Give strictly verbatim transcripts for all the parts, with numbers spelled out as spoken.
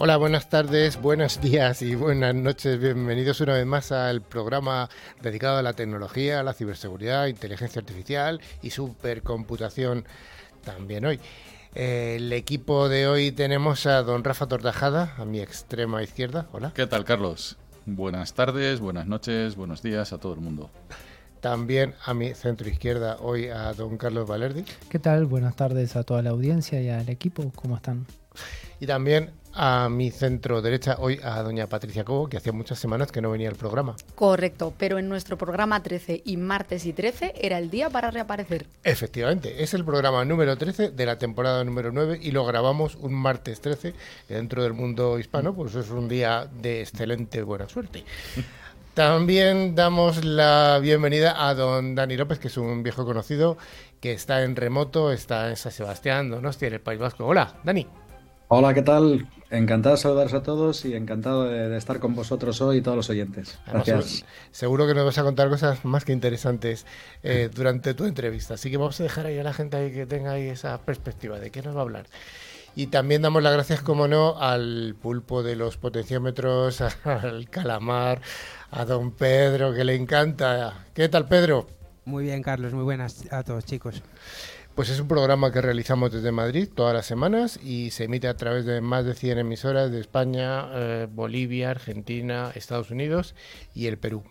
Hola, buenas tardes, buenos días y buenas noches. Bienvenidos una vez más al programa dedicado a la tecnología, a la ciberseguridad, inteligencia artificial y supercomputación también hoy. Eh, el equipo de hoy tenemos a don Rafa Tortajada, a mi extrema izquierda. Hola. ¿Qué tal, Carlos? Buenas tardes, buenas noches, buenos días a todo el mundo. También a mi centro izquierda hoy a don Carlos Valerdi. ¿Qué tal? Buenas tardes a toda la audiencia y al equipo. ¿Cómo están? Y también a mi centro derecha hoy a doña Patricia Cobo, que hacía muchas semanas que no venía al programa. Correcto, pero en nuestro programa trece y martes y trece era el día para reaparecer. Efectivamente, es el programa número trece de la temporada número nueve y lo grabamos un martes trece, que dentro del mundo hispano pues es un día de excelente buena suerte. También damos la bienvenida a don Dani López, que es un viejo conocido, que está en remoto, está en San Sebastián, Donostia, en el País Vasco. Hola, Dani. Hola, ¿qué tal? Encantado de saludaros a todos y encantado de, de estar con vosotros hoy y todos los oyentes. Gracias. Además, seguro que nos vas a contar cosas más que interesantes eh, durante tu entrevista, así que vamos a dejar ahí a la gente ahí que tenga ahí esa perspectiva de qué nos va a hablar. Y también damos las gracias, como no, al pulpo de los potenciómetros, al calamar, a don Pedro, que le encanta. ¿Qué tal, Pedro? Muy bien, Carlos, muy buenas a todos, chicos. Pues es un programa que realizamos desde Madrid todas las semanas y se emite a través de más de cien emisoras de España, eh, Bolivia, Argentina, Estados Unidos y el Perú.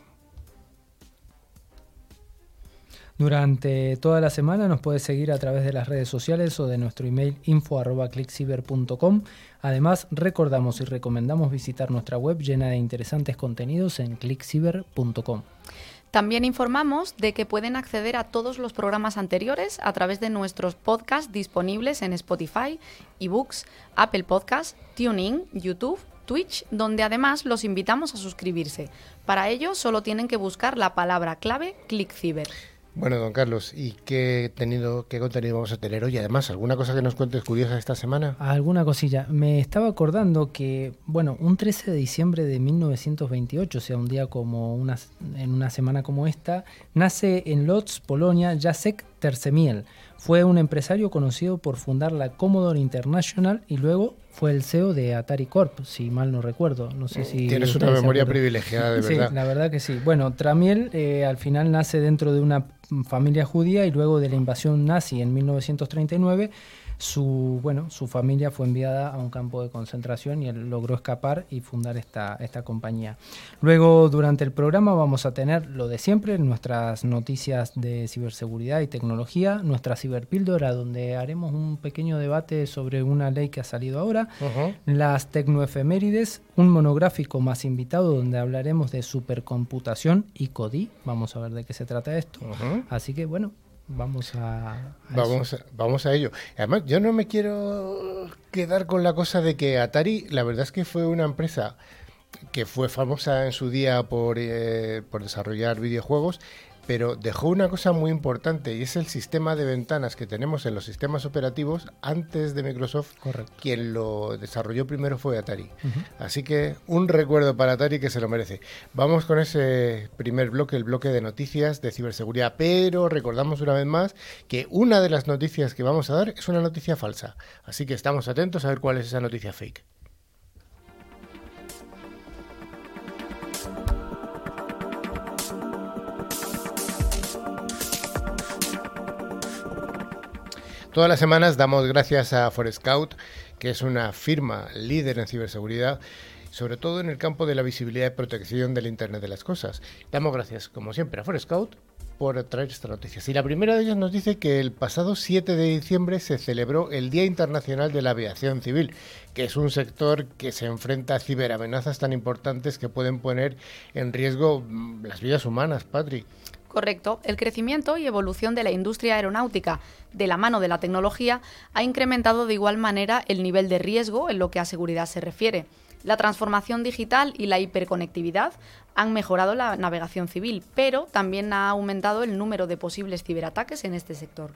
Durante toda la semana nos puedes seguir a través de las redes sociales o de nuestro email info arroba clickciber punto com. Además, recordamos y recomendamos visitar nuestra web llena de interesantes contenidos en clickciber punto com. También informamos de que pueden acceder a todos los programas anteriores a través de nuestros podcasts disponibles en Spotify, eBooks, Apple Podcasts, TuneIn, YouTube, Twitch, donde además los invitamos a suscribirse. Para ello solo tienen que buscar la palabra clave ClickCiber. Bueno, don Carlos, ¿y qué, tenido, qué contenido vamos a tener hoy? Además, ¿alguna cosa que nos cuentes curiosa esta semana? Alguna cosilla. Me estaba acordando que, bueno, un trece de diciembre de mil novecientos veintiocho, o sea, un día como una, en una semana como esta, nace en Lodz, Polonia, Jacek Terzemiel. Fue un empresario conocido por fundar la Commodore International y luego fue el C E O de Atari Corp, si mal no recuerdo. No sé si tienes una memoria privilegiada, de verdad. Sí, la verdad que sí. Bueno, Tramiel eh, al final nace dentro de una familia judía y luego de la invasión nazi en mil novecientos treinta y nueve, su, bueno, su familia fue enviada a un campo de concentración y él logró escapar y fundar esta, esta compañía. Luego, durante el programa vamos a tener lo de siempre, nuestras noticias de ciberseguridad y tecnología, nuestra ciberpíldora, donde haremos un pequeño debate sobre una ley que ha salido ahora, uh-huh. Las tecnoefemérides, un monográfico más invitado donde hablaremos de supercomputación y C O D I. Vamos a ver de qué se trata esto. Uh-huh. Así que, bueno, Vamos a, a vamos, a, vamos a ello. Además, yo no me quiero quedar con la cosa de que Atari, la verdad es que fue una empresa que fue famosa en su día por, eh, por desarrollar videojuegos, pero dejó una cosa muy importante y es el sistema de ventanas que tenemos en los sistemas operativos antes de Microsoft. Correcto. Quien lo desarrolló primero fue Atari. Uh-huh. Así que un recuerdo para Atari que se lo merece. Vamos con ese primer bloque, el bloque de noticias de ciberseguridad, pero recordamos una vez más que una de las noticias que vamos a dar es una noticia falsa. Así que estamos atentos a ver cuál es esa noticia fake. Todas las semanas damos gracias a Forescout, que es una firma líder en ciberseguridad, sobre todo en el campo de la visibilidad y protección del Internet de las cosas. Damos gracias, como siempre, a Forescout por traer estas noticias. Y la primera de ellas nos dice que el pasado siete de diciembre se celebró el Día Internacional de la Aviación Civil, que es un sector que se enfrenta a ciberamenazas tan importantes que pueden poner en riesgo las vidas humanas, Patri. Correcto. El crecimiento y evolución de la industria aeronáutica de la mano de la tecnología ha incrementado de igual manera el nivel de riesgo en lo que a seguridad se refiere. La transformación digital y la hiperconectividad han mejorado la navegación civil, pero también ha aumentado el número de posibles ciberataques en este sector.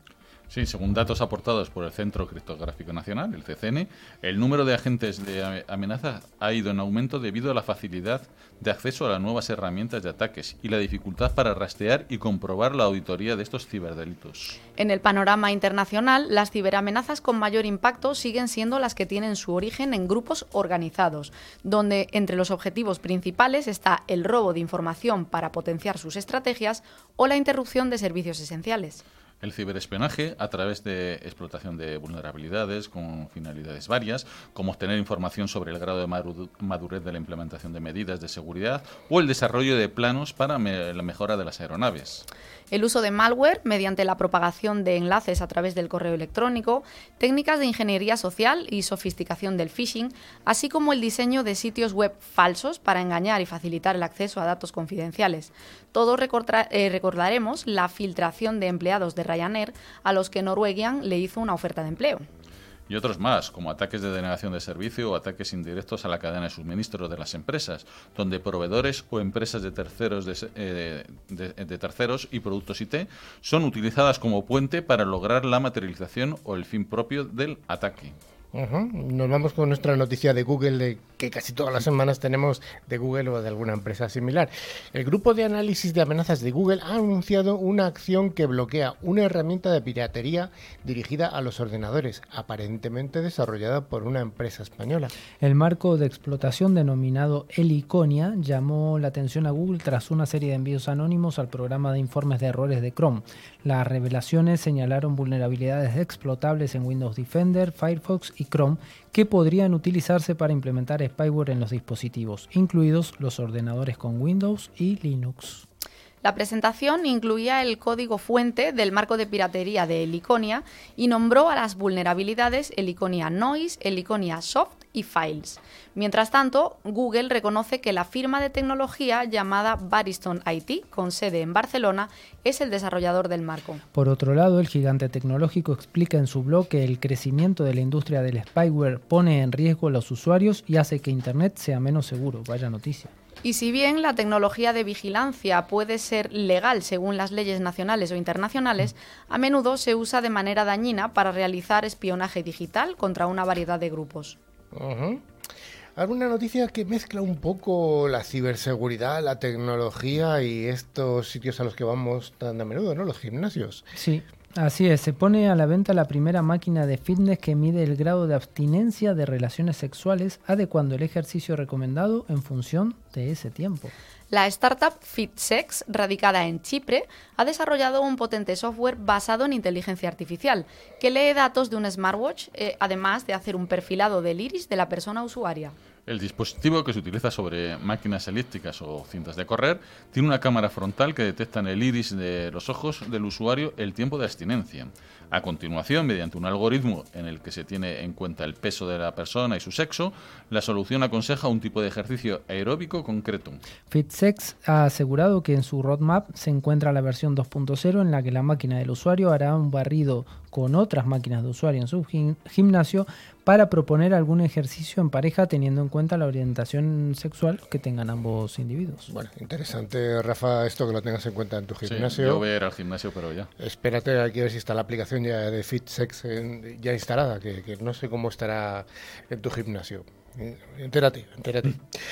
Sí, según datos aportados por el Centro Criptográfico Nacional, el C C N, el número de agentes de amenaza ha ido en aumento debido a la facilidad de acceso a las nuevas herramientas de ataques y la dificultad para rastrear y comprobar la auditoría de estos ciberdelitos. En el panorama internacional, las ciberamenazas con mayor impacto siguen siendo las que tienen su origen en grupos organizados, donde entre los objetivos principales está el robo de información para potenciar sus estrategias o la interrupción de servicios esenciales. El ciberespionaje, a través de explotación de vulnerabilidades con finalidades varias, como obtener información sobre el grado de madurez de la implementación de medidas de seguridad o el desarrollo de planos para me- la mejora de las aeronaves. El uso de malware mediante la propagación de enlaces a través del correo electrónico, técnicas de ingeniería social y sofisticación del phishing, así como el diseño de sitios web falsos para engañar y facilitar el acceso a datos confidenciales. Todos recorda- eh, recordaremos la filtración de empleados de Ryanair a los que Norwegian le hizo una oferta de empleo. Y otros más, como ataques de denegación de servicio o ataques indirectos a la cadena de suministro de las empresas, donde proveedores o empresas de terceros, de, eh, de, de terceros y productos I T son utilizadas como puente para lograr la materialización o el fin propio del ataque. Uh-huh. Nos vamos con nuestra noticia de Google, de que casi todas las semanas tenemos de Google o de alguna empresa similar. El grupo de análisis de amenazas de Google ha anunciado una acción que bloquea una herramienta de piratería dirigida a los ordenadores, aparentemente desarrollada por una empresa española. El marco de explotación denominado Heliconia llamó la atención a Google tras una serie de envíos anónimos al programa de informes de errores de Chrome. Las revelaciones señalaron vulnerabilidades explotables en Windows Defender, Firefox y Chrome que podrían utilizarse para implementar spyware en los dispositivos, incluidos los ordenadores con Windows y Linux. La presentación incluía el código fuente del marco de piratería de Heliconia y nombró a las vulnerabilidades Heliconia Noise, Heliconia Soft y Files. Mientras tanto, Google reconoce que la firma de tecnología llamada Bariston I T, con sede en Barcelona, es el desarrollador del marco. Por otro lado, el gigante tecnológico explica en su blog que el crecimiento de la industria del spyware pone en riesgo a los usuarios y hace que Internet sea menos seguro. Vaya noticia. Y si bien la tecnología de vigilancia puede ser legal según las leyes nacionales o internacionales, a menudo se usa de manera dañina para realizar espionaje digital contra una variedad de grupos. Uh-huh. ¿Alguna noticia que mezcla un poco la ciberseguridad, la tecnología y estos sitios a los que vamos tan a menudo, ¿no? Los gimnasios. Sí, así es. Se pone a la venta la primera máquina de fitness que mide el grado de abstinencia de relaciones sexuales, adecuando el ejercicio recomendado en función de ese tiempo. La startup FitSex, radicada en Chipre, ha desarrollado un potente software basado en inteligencia artificial que lee datos de un smartwatch, eh, además de hacer un perfilado del iris de la persona usuaria. El dispositivo, que se utiliza sobre máquinas elípticas o cintas de correr, tiene una cámara frontal que detecta en el iris de los ojos del usuario el tiempo de abstinencia. A continuación, mediante un algoritmo en el que se tiene en cuenta el peso de la persona y su sexo, la solución aconseja un tipo de ejercicio aeróbico concreto. FitSex ha asegurado que en su roadmap se encuentra la versión dos punto cero en la que la máquina del usuario hará un barrido con otras máquinas de usuario en su gim- gimnasio para proponer algún ejercicio en pareja teniendo en cuenta la orientación sexual que tengan ambos individuos. Bueno, interesante, Rafa, esto que lo tengas en cuenta en tu gimnasio. Sí, yo voy a ir al gimnasio, pero ya. Espérate, hay que ver si está la aplicación ya de FitSex en- ya instalada, que, que no sé cómo estará en tu gimnasio. Entérate, entérate.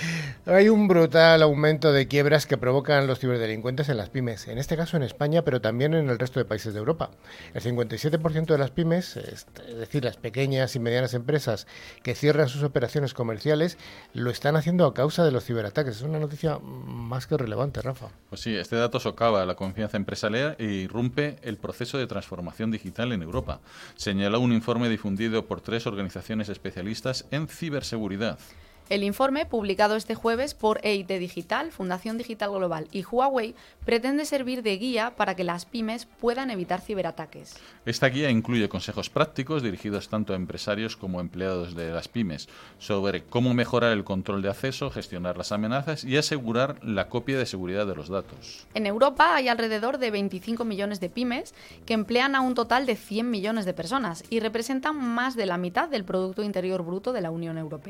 Hay un brutal aumento de quiebras que provocan los ciberdelincuentes en las pymes, en este caso en España, pero también en el resto de países de Europa. El cincuenta y siete por ciento de las pymes, es decir, las pequeñas y medianas empresas que cierran sus operaciones comerciales, lo están haciendo a causa de los ciberataques. Es una noticia más que relevante, Rafa. Pues sí, este dato socava la confianza empresarial e irrumpe el proceso de transformación digital en Europa, señaló un informe difundido por tres organizaciones especialistas en ciberseguridad. El informe, publicado este jueves por E I T Digital, Fundación Digital Global y Huawei, pretende servir de guía para que las pymes puedan evitar ciberataques. Esta guía incluye consejos prácticos dirigidos tanto a empresarios como a empleados de las pymes sobre cómo mejorar el control de acceso, gestionar las amenazas y asegurar la copia de seguridad de los datos. En Europa hay alrededor de veinticinco millones de pymes que emplean a un total de cien millones de personas y representan más de la mitad del Producto Interior Bruto de la Unión Europea.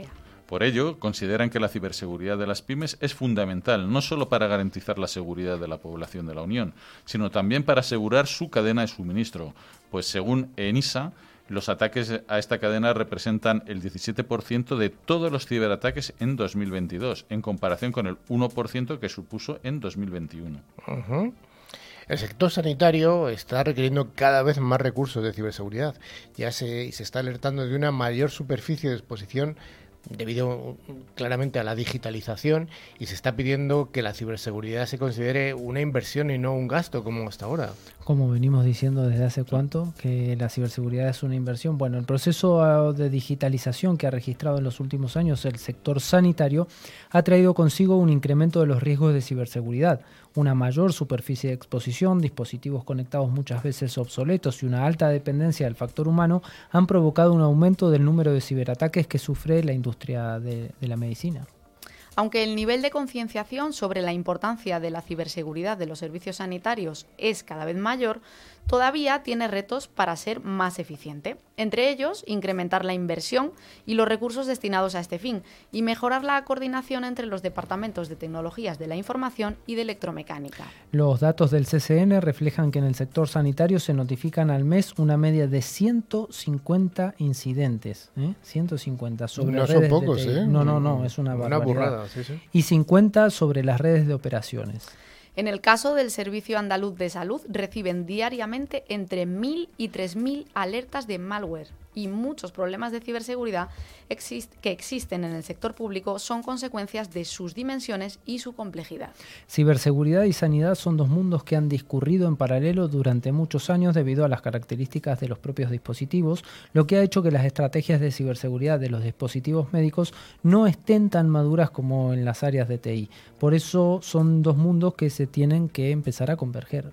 Por ello, consideran que la ciberseguridad de las pymes es fundamental, no solo para garantizar la seguridad de la población de la Unión, sino también para asegurar su cadena de suministro, pues según ENISA, los ataques a esta cadena representan el diecisiete por ciento de todos los ciberataques en dos mil veintidós, en comparación con el uno por ciento que supuso en dos mil veintiuno. Uh-huh. El sector sanitario está requiriendo cada vez más recursos de ciberseguridad. Ya se, se está alertando de una mayor superficie de exposición debido claramente a la digitalización, y se está pidiendo que la ciberseguridad se considere una inversión y no un gasto como hasta ahora. Como venimos diciendo desde hace cuánto, que la ciberseguridad es una inversión. Bueno, el proceso de digitalización que ha registrado en los últimos años el sector sanitario ha traído consigo un incremento de los riesgos de ciberseguridad, una mayor superficie de exposición, dispositivos conectados muchas veces obsoletos y una alta dependencia del factor humano han provocado un aumento del número de ciberataques que sufre la industria de, de la medicina. Aunque el nivel de concienciación sobre la importancia de la ciberseguridad de los servicios sanitarios es cada vez mayor, todavía tiene retos para ser más eficiente. Entre ellos, incrementar la inversión y los recursos destinados a este fin y mejorar la coordinación entre los departamentos de tecnologías de la información y de electromecánica. Los datos del C C N reflejan que en el sector sanitario se notifican al mes una media de ciento cincuenta incidentes. ¿eh? ciento cincuenta sobre no redes son pocos, de ¿eh? No, no, no, es una, una barbaridad. burrada, sí, sí. Y cincuenta sobre las redes de operaciones. En el caso del Servicio Andaluz de Salud, reciben diariamente entre mil y tres mil alertas de malware, y muchos problemas de ciberseguridad exist- que existen en el sector público son consecuencias de sus dimensiones y su complejidad. Ciberseguridad y sanidad son dos mundos que han discurrido en paralelo durante muchos años debido a las características de los propios dispositivos, lo que ha hecho que las estrategias de ciberseguridad de los dispositivos médicos no estén tan maduras como en las áreas de T I. Por eso son dos mundos que se tienen que empezar a converger.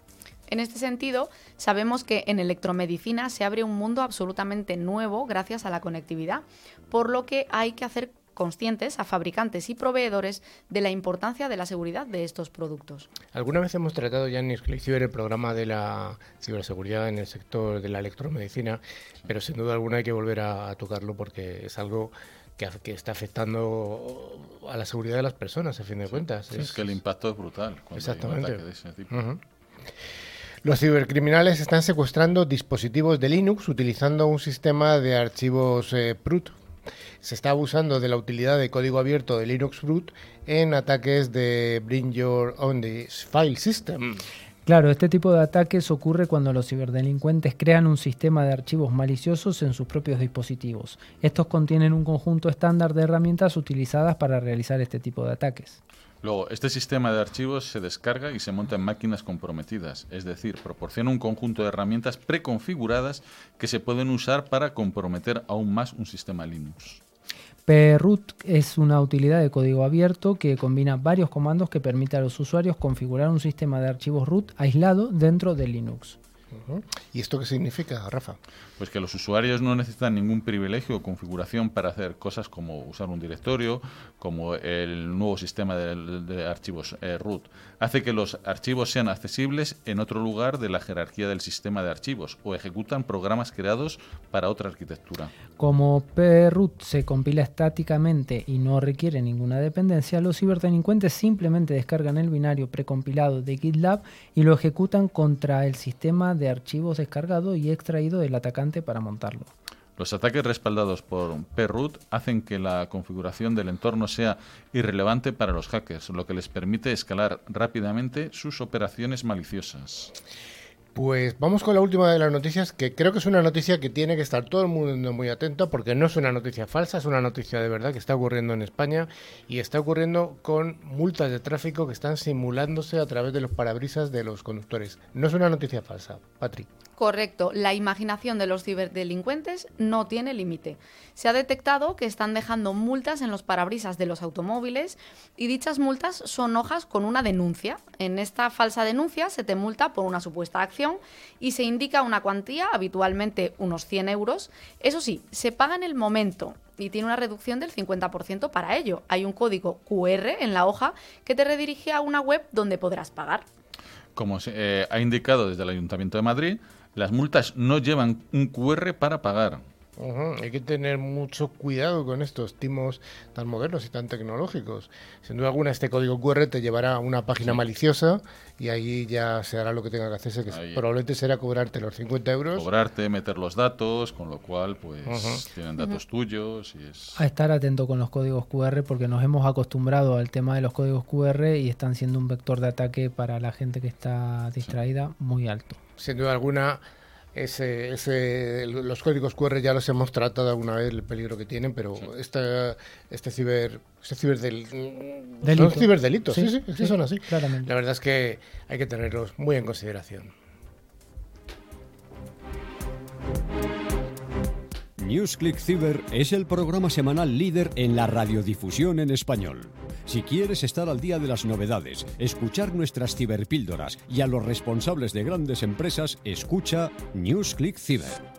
En este sentido, sabemos que en electromedicina se abre un mundo absolutamente nuevo gracias a la conectividad, por lo que hay que hacer conscientes a fabricantes y proveedores de la importancia de la seguridad de estos productos. Alguna vez hemos tratado ya en Exclusive el programa de la ciberseguridad en el sector de la electromedicina, pero sin duda alguna hay que volver a, a tocarlo porque es algo que, que está afectando a la seguridad de las personas, a fin de cuentas. Sí, es, es que el impacto es brutal cuando exactamente. hay un ataque de ese tipo. Uh-huh. Los cibercriminales están secuestrando dispositivos de Linux utilizando un sistema de archivos eh, P R U T. Se está abusando de la utilidad de código abierto de Linux P R U T en ataques de Bring Your Own File System. Claro, este tipo de ataques ocurre cuando los ciberdelincuentes crean un sistema de archivos maliciosos en sus propios dispositivos. Estos contienen un conjunto estándar de herramientas utilizadas para realizar este tipo de ataques. Luego, este sistema de archivos se descarga y se monta en máquinas comprometidas, es decir, proporciona un conjunto de herramientas preconfiguradas que se pueden usar para comprometer aún más un sistema Linux. P R U T es una utilidad de código abierto que combina varios comandos que permite a los usuarios configurar un sistema de archivos root aislado dentro de Linux. Uh-huh. ¿Y esto qué significa, Rafa? Pues que los usuarios no necesitan ningún privilegio o configuración para hacer cosas como usar un directorio, como el nuevo sistema de, de, de archivos eh, root. Hace que los archivos sean accesibles en otro lugar de la jerarquía del sistema de archivos o ejecutan programas creados para otra arquitectura. Como P R U T se compila estáticamente y no requiere ninguna dependencia, los ciberdelincuentes simplemente descargan el binario precompilado de GitLab y lo ejecutan contra el sistema de archivos descargado y extraído del atacante para montarlo. Los ataques respaldados por P R U T hacen que la configuración del entorno sea irrelevante para los hackers, lo que les permite escalar rápidamente sus operaciones maliciosas. Pues vamos con la última de las noticias, que creo que es una noticia que tiene que estar todo el mundo muy atento, porque no es una noticia falsa, es una noticia de verdad que está ocurriendo en España y está ocurriendo con multas de tráfico que están simulándose a través de los parabrisas de los conductores. No es una noticia falsa, Patri. Correcto, la imaginación de los ciberdelincuentes no tiene límite. Se ha detectado que están dejando multas en los parabrisas de los automóviles y dichas multas son hojas con una denuncia. En esta falsa denuncia se te multa por una supuesta acción y se indica una cuantía, habitualmente unos cien euros. Eso sí, se paga en el momento y tiene una reducción del cincuenta por ciento para ello. Hay un código Q R en la hoja que te redirige a una web donde podrás pagar. Como se eh, ha indicado desde el Ayuntamiento de Madrid, las multas no llevan un Q R para pagar. Uh-huh. Hay que tener mucho cuidado con estos timos tan modernos y tan tecnológicos. Sin duda alguna, este código cu erre te llevará a una página sí. maliciosa y ahí ya se hará lo que tenga que hacerse, que ahí. probablemente será cobrarte los cincuenta euros. Cobrarte, meter los datos, con lo cual pues uh-huh. tienen datos uh-huh. tuyos. Y es... A estar atento con los códigos cu erre, porque nos hemos acostumbrado al tema de los códigos cu erre y están siendo un vector de ataque para la gente que está distraída sí. muy alto. Sin duda alguna, ese, ese, los códigos cu erre ya los hemos tratado alguna vez, el peligro que tienen, pero sí. este, este ciber, este ciberdel, son ciberdelitos, sí, sí, sí, sí, sí son así. Claramente. La verdad es que hay que tenerlos muy en consideración. NewsClick Cyber es el programa semanal líder en la radiodifusión en español. Si quieres estar al día de las novedades, escuchar nuestras ciberpíldoras y a los responsables de grandes empresas, escucha NewsClick Cyber.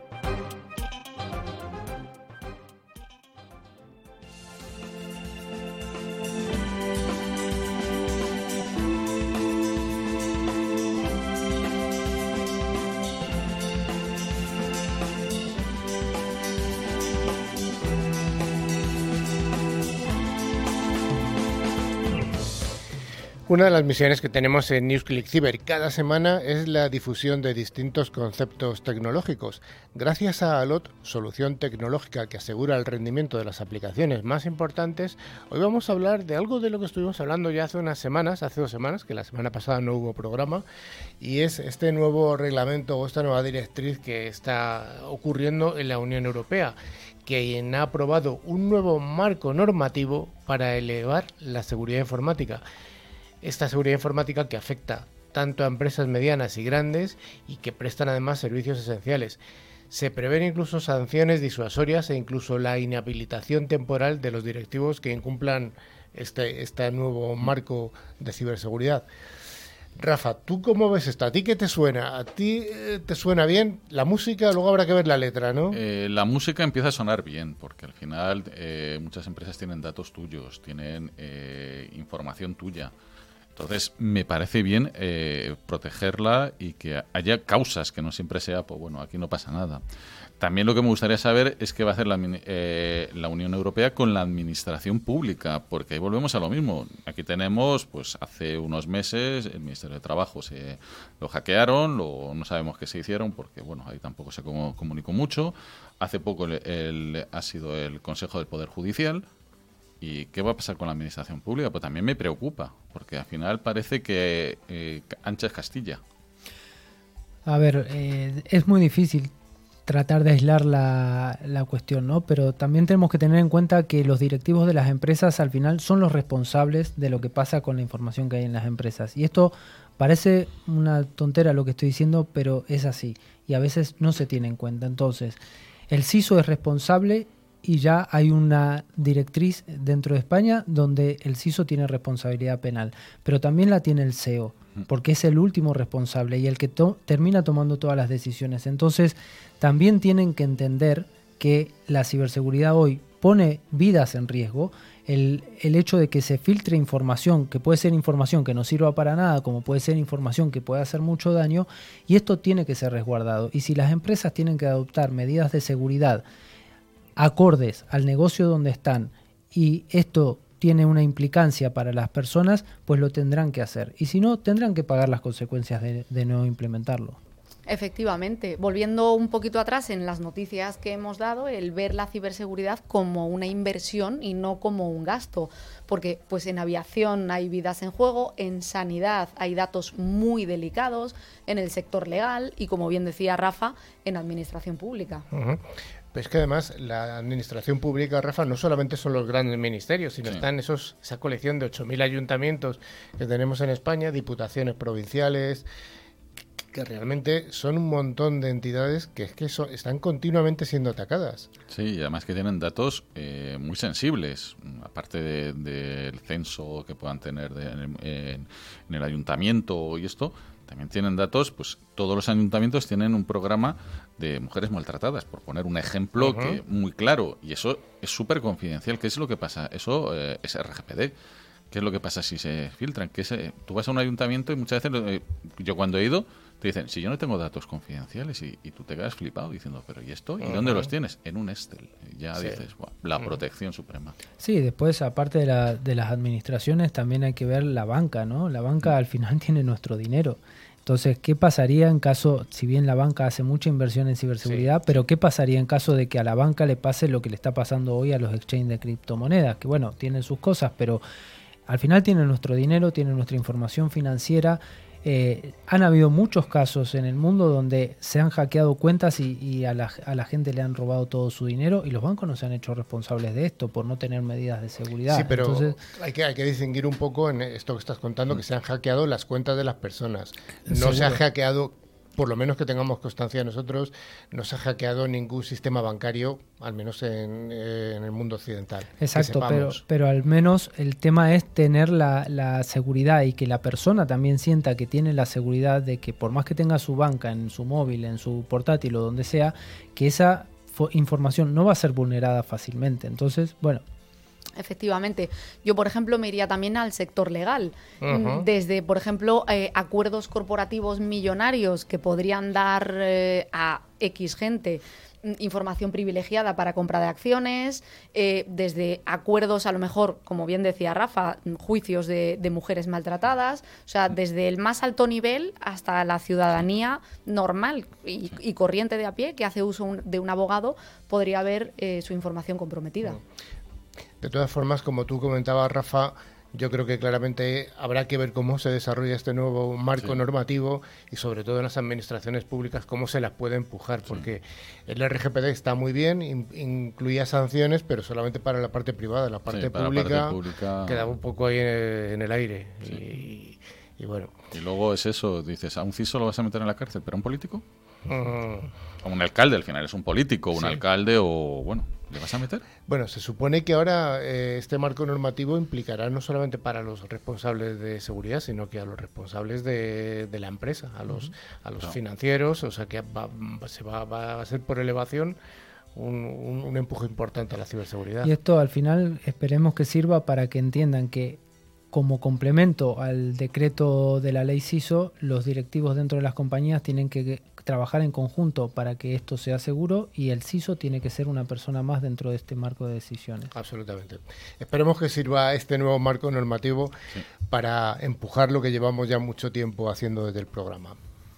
Una de las misiones que tenemos en NewsClick Cyber cada semana es la difusión de distintos conceptos tecnológicos. Gracias a Alot, solución tecnológica que asegura el rendimiento de las aplicaciones más importantes, hoy vamos a hablar de algo de lo que estuvimos hablando ya hace unas semanas, hace dos semanas, que la semana pasada no hubo programa, y es este nuevo reglamento o esta nueva directriz que está ocurriendo en la Unión Europea, que ha aprobado un nuevo marco normativo para elevar la seguridad informática. Esta seguridad informática que afecta tanto a empresas medianas y grandes y que prestan además servicios esenciales. Se prevén incluso sanciones disuasorias e incluso la inhabilitación temporal de los directivos que incumplan este, este nuevo marco de ciberseguridad. Rafa, ¿tú cómo ves esto? ¿A ti qué te suena? ¿A ti eh, te suena bien la música? Luego habrá que ver la letra, ¿no? Eh, la música empieza a sonar bien, porque al final eh, muchas empresas tienen datos tuyos, tienen eh, información tuya. Entonces, me parece bien eh, protegerla y que haya causas, que no siempre sea, pues bueno, aquí no pasa nada. También lo que me gustaría saber es qué va a hacer la, eh, la Unión Europea con la administración pública, porque ahí volvemos a lo mismo. Aquí tenemos, pues hace unos meses, el Ministerio de Trabajo se lo hackearon, lo, no sabemos qué se hicieron, porque bueno, ahí tampoco se comunicó mucho. Hace poco el, el, ha sido el Consejo del Poder Judicial. ¿Y qué va a pasar con la administración pública? Pues también me preocupa, porque al final parece que eh, ancha es Castilla. A ver, eh, es muy difícil tratar de aislar la, la cuestión, ¿no? Pero también tenemos que tener en cuenta que los directivos de las empresas al final son los responsables de lo que pasa con la información que hay en las empresas. Y esto parece una tontera lo que estoy diciendo, pero es así. Y a veces no se tiene en cuenta. Entonces, el C I S O es responsable y ya hay una directriz dentro de España donde el C I S O tiene responsabilidad penal, pero también la tiene el C E O, porque es el último responsable y el que to- termina tomando todas las decisiones. Entonces, también tienen que entender que la ciberseguridad hoy pone vidas en riesgo. El, el hecho de que se filtre información, que puede ser información que no sirva para nada, como puede ser información que puede hacer mucho daño, y esto tiene que ser resguardado. Y si las empresas tienen que adoptar medidas de seguridad acordes al negocio donde están y esto tiene una implicancia para las personas, pues lo tendrán que hacer. Y si no, tendrán que pagar las consecuencias de, de no implementarlo. Efectivamente, volviendo un poquito atrás en las noticias que hemos dado, el ver la ciberseguridad como una inversión y no como un gasto, porque pues en aviación hay vidas en juego, en sanidad hay datos muy delicados, en el sector legal y, como bien decía Rafa, en administración pública. Uh-huh. Pues que además la administración pública, Rafa, no solamente son los grandes ministerios, sino sí. están esos esa colección de ocho mil ayuntamientos que tenemos en España, diputaciones provinciales, que realmente son un montón de entidades que es que son, están continuamente siendo atacadas. Sí, y además que tienen datos eh, muy sensibles, aparte del de, de censo que puedan tener de, en, en, en el ayuntamiento y esto. También tienen datos, pues todos los ayuntamientos tienen un programa de mujeres maltratadas, por poner un ejemplo uh-huh. que muy claro, y eso es súper confidencial. ¿Qué es lo que pasa? Eso eh, es R G P D. ¿Qué es lo que pasa si se filtran? Que se, tú vas a un ayuntamiento y muchas veces, eh, yo cuando he ido, te dicen, si yo no tengo datos confidenciales, y, y tú te quedas flipado diciendo, pero ¿y esto? ¿Y Uh-huh. dónde los tienes? En un Excel. Y ya Sí. dices, "Buah, la Uh-huh. protección suprema". Sí, después, aparte de, la, de las administraciones, también hay que ver la banca, ¿no? La banca al final tiene nuestro dinero. Entonces, ¿qué pasaría en caso, si bien la banca hace mucha inversión en ciberseguridad, sí. pero qué pasaría en caso de que a la banca le pase lo que le está pasando hoy a los exchanges de criptomonedas? Que bueno, tienen sus cosas, pero al final tienen nuestro dinero, tienen nuestra información financiera. Eh, han habido muchos casos en el mundo donde se han hackeado cuentas y, y a, la, a la gente le han robado todo su dinero, y los bancos no se han hecho responsables de esto por no tener medidas de seguridad. Sí, pero Entonces, hay, que, hay que distinguir un poco en esto que estás contando, que se han hackeado las cuentas de las personas. No seguro. se ha hackeado, por lo menos que tengamos constancia nosotros, no se ha hackeado ningún sistema bancario, al menos en, eh, en el mundo occidental. Exacto, pero, pero al menos el tema es tener la, la seguridad, y que la persona también sienta que tiene la seguridad de que por más que tenga su banca en su móvil, en su portátil o donde sea, que esa información no va a ser vulnerada fácilmente. Entonces, bueno. Efectivamente. Yo, por ejemplo, me iría también al sector legal. Uh-huh. Desde, por ejemplo, eh, acuerdos corporativos millonarios que podrían dar eh, a X gente información privilegiada para compra de acciones, eh, desde acuerdos, a lo mejor, como bien decía Rafa, juicios de, de mujeres maltratadas, o sea, desde el más alto nivel hasta la ciudadanía normal y, y corriente de a pie que hace uso un, de un abogado, podría haber eh, su información comprometida. De todas formas, como tú comentabas, Rafa, yo creo que claramente habrá que ver cómo se desarrolla este nuevo marco sí. normativo, y sobre todo en las administraciones públicas cómo se las puede empujar, porque sí. el R G P D está muy bien, in, incluía sanciones, pero solamente para la parte privada, la parte, sí, pública, la parte pública quedaba un poco ahí en el, en el aire. Sí. Y, y bueno. Y luego es eso, dices, a un C I S O lo vas a meter en la cárcel, pero a un político. Uh, a un alcalde, al final es un político, un sí. alcalde o bueno, ¿le vas a meter? Bueno, se supone que ahora eh, este marco normativo implicará no solamente para los responsables de seguridad, sino que a los responsables de, de la empresa, a los, uh-huh. a los no. financieros, o sea que va, se va, va a ser por elevación un, un, un empuje importante a la ciberseguridad. Y esto al final esperemos que sirva para que entiendan que, como complemento al decreto de la ley C I S O, los directivos dentro de las compañías tienen que trabajar en conjunto para que esto sea seguro, y el C I S O tiene que ser una persona más dentro de este marco de decisiones. Absolutamente. Esperemos que sirva este nuevo marco normativo sí. para empujar lo que llevamos ya mucho tiempo haciendo desde el programa.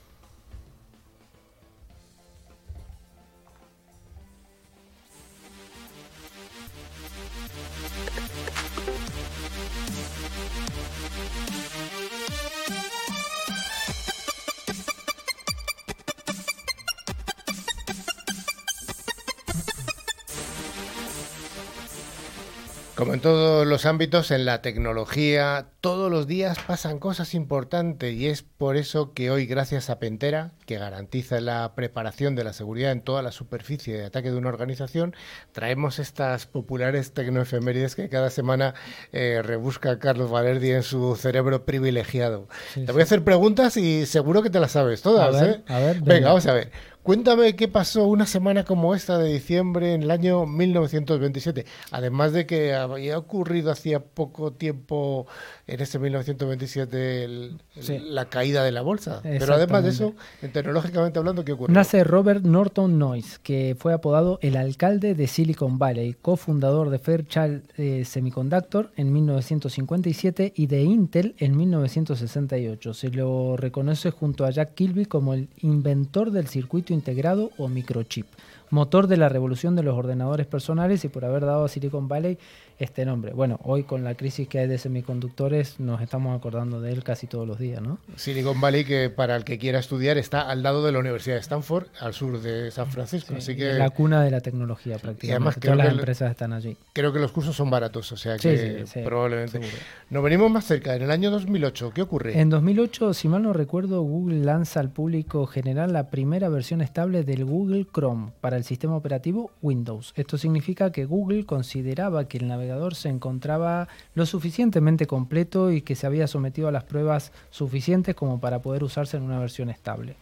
Como en todos los ámbitos, en la tecnología, todos los días pasan cosas importantes, y es por eso que hoy, gracias a Pentera, que garantiza la preparación de la seguridad en toda la superficie de ataque de una organización, traemos estas populares tecnoefemérides que cada semana eh, rebusca Carlos Valerdi en su cerebro privilegiado. Sí, te sí. voy a hacer preguntas y seguro que te las sabes todas. A ver, ¿eh? a ver, venga, venga, vamos a ver. Cuéntame qué pasó una semana como esta de diciembre en el año mil novecientos veintisiete. Además de que había ocurrido hacía poco tiempo, en ese mil novecientos veintisiete, el, sí. la caída de la bolsa. Pero además de eso, tecnológicamente hablando, ¿qué ocurrió? Nace Robert Norton Noyce, que fue apodado el alcalde de Silicon Valley, cofundador de Fairchild eh, Semiconductor en mil novecientos cincuenta y siete y de Intel en mil novecientos sesenta y ocho. Se lo reconoce junto a Jack Kilby como el inventor del circuito integrado o microchip, motor de la revolución de los ordenadores personales, y por haber dado a Silicon Valley este nombre. Bueno, hoy con la crisis que hay de semiconductores nos estamos acordando de él casi todos los días, ¿no? Silicon Valley, que para el que quiera estudiar está al lado de la Universidad de Stanford, al sur de San Francisco. Sí, así que la cuna de la tecnología prácticamente. Y además todas las empresas están allí. Creo que los cursos son baratos, o sea que sí, sí, sí, probablemente. Seguro. Nos venimos más cerca, en el año dos mil ocho, ¿qué ocurre? En dos mil ocho, si mal no recuerdo, Google lanza al público general la primera versión estable del Google Chrome para el sistema operativo Windows. Esto significa que Google consideraba que el navegador se encontraba lo suficientemente completo y que se había sometido a las pruebas suficientes como para poder usarse en una versión estable.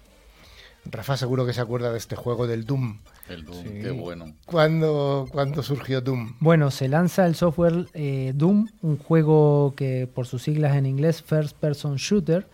Rafa seguro que se acuerda de este juego del Doom. El Doom, sí. Qué bueno. ¿Cuándo, ¿Cuándo surgió Doom? Bueno, se lanza el software eh, Doom, un juego que por sus siglas en inglés First Person Shooter,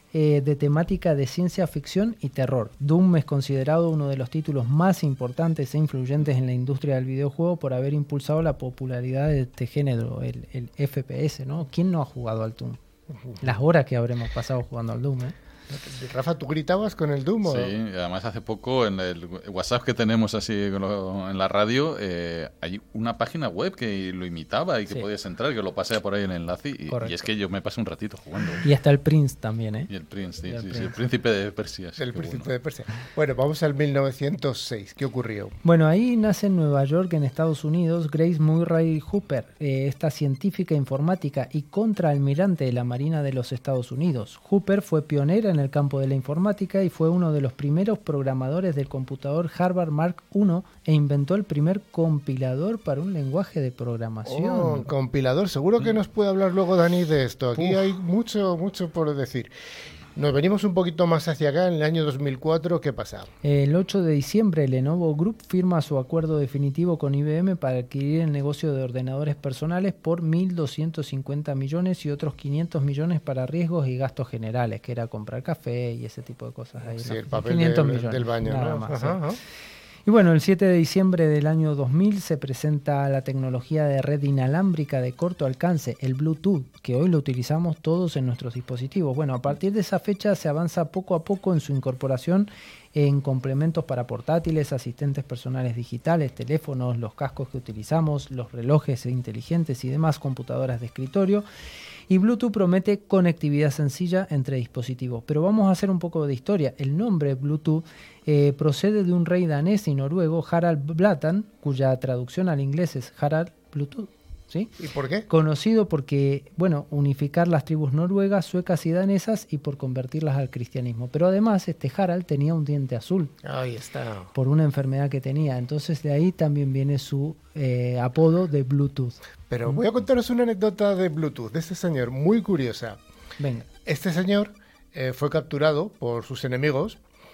eh, de temática de ciencia ficción y terror. Doom es considerado uno de los títulos más importantes e influyentes en la industria del videojuego por haber impulsado la popularidad de este género, el, el F P S, ¿no? ¿Quién no ha jugado al Doom? Las horas que habremos pasado jugando al Doom, ¿eh? Rafa, ¿tú gritabas con el Doom? ¿O? Sí, además hace poco en el WhatsApp que tenemos así en la radio eh, hay una página web que lo imitaba y que sí. podías entrar, que lo pasé por ahí en el enlace y, y es que yo me pasé un ratito jugando. Y hasta el Prince también, ¿eh? Y el Prince, sí, el, sí, Prince. Sí, el príncipe de Persia. Sí, el príncipe bueno. de Persia. Bueno, vamos al mil novecientos seis. ¿Qué ocurrió? Bueno, ahí nace en Nueva York, en Estados Unidos, Grace Murray Hooper, eh, esta científica informática y contraalmirante de la Marina de los Estados Unidos. Hooper fue pionera en el campo de la informática y fue uno de los primeros programadores del computador Harvard Mark uno e inventó el primer compilador para un lenguaje de programación. Oh, compilador, seguro que nos puede hablar luego Dani de esto. Aquí Uf. hay mucho, mucho por decir. Nos venimos un poquito más hacia acá, en el año dos mil cuatro, ¿qué pasa? El ocho de diciembre, Lenovo Group firma su acuerdo definitivo con I B M para adquirir el negocio de ordenadores personales por mil doscientos cincuenta millones y otros quinientos millones para riesgos y gastos generales, que era comprar café y ese tipo de cosas. Ahí, sí, ¿no? el papel quinientos de, millones, del baño, nada ¿no? más, Ajá, sí. ajá. Y bueno, el siete de diciembre del año dos mil se presenta la tecnología de red inalámbrica de corto alcance, el Bluetooth, que hoy lo utilizamos todos en nuestros dispositivos. Bueno, a partir de esa fecha se avanza poco a poco en su incorporación en complementos para portátiles, asistentes personales digitales, teléfonos, los cascos que utilizamos, los relojes inteligentes y demás computadoras de escritorio. Y Bluetooth promete conectividad sencilla entre dispositivos. Pero vamos a hacer un poco de historia. El nombre Bluetooth eh, procede de un rey danés y noruego, Harald Blåtand, cuya traducción al inglés es Harald Bluetooth. ¿Sí? ¿Y por qué? Conocido porque, bueno, unificar las tribus noruegas, suecas y danesas y por convertirlas al cristianismo. Pero además este Harald tenía un diente azul. Ahí está. Por una enfermedad que tenía. Entonces de ahí también viene su eh, apodo de Bluetooth. Pero voy a contaros una anécdota de Bluetooth, de este señor, muy curiosa. Venga. Este señor eh, fue capturado por sus enemigos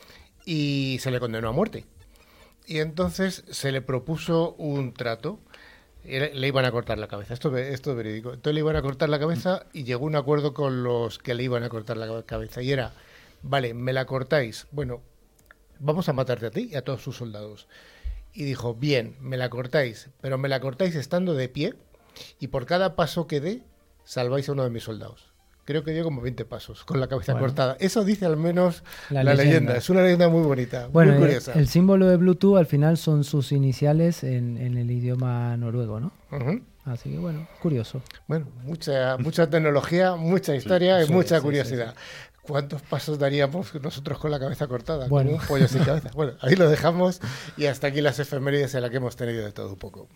y se le condenó a muerte. Y entonces se le propuso un trato. Le iban a cortar la cabeza, esto, esto es verídico. Entonces le iban a cortar la cabeza y llegó a un acuerdo con los que le iban a cortar la cabeza. Y era, vale, me la cortáis. Bueno, vamos a matarte a ti y a todos sus soldados. Y dijo, bien, me la cortáis, pero me la cortáis estando de pie y por cada paso que dé, salváis a uno de mis soldados. Creo que dio como veinte pasos con la cabeza bueno. cortada. Eso dice al menos la, la leyenda. leyenda. Es una leyenda muy bonita, bueno, muy curiosa. El, el símbolo de Bluetooth al final son sus iniciales en, en el idioma noruego, ¿no? Uh-huh. Así que bueno, curioso. Bueno, mucha, mucha tecnología, mucha historia sí, y sí, mucha sí, curiosidad. Sí, sí. ¿Cuántos pasos daríamos nosotros con la cabeza cortada? Bueno. Como un pollo sin cabeza. Bueno, ahí lo dejamos y hasta aquí las efemérides en las que hemos tenido de todo un poco.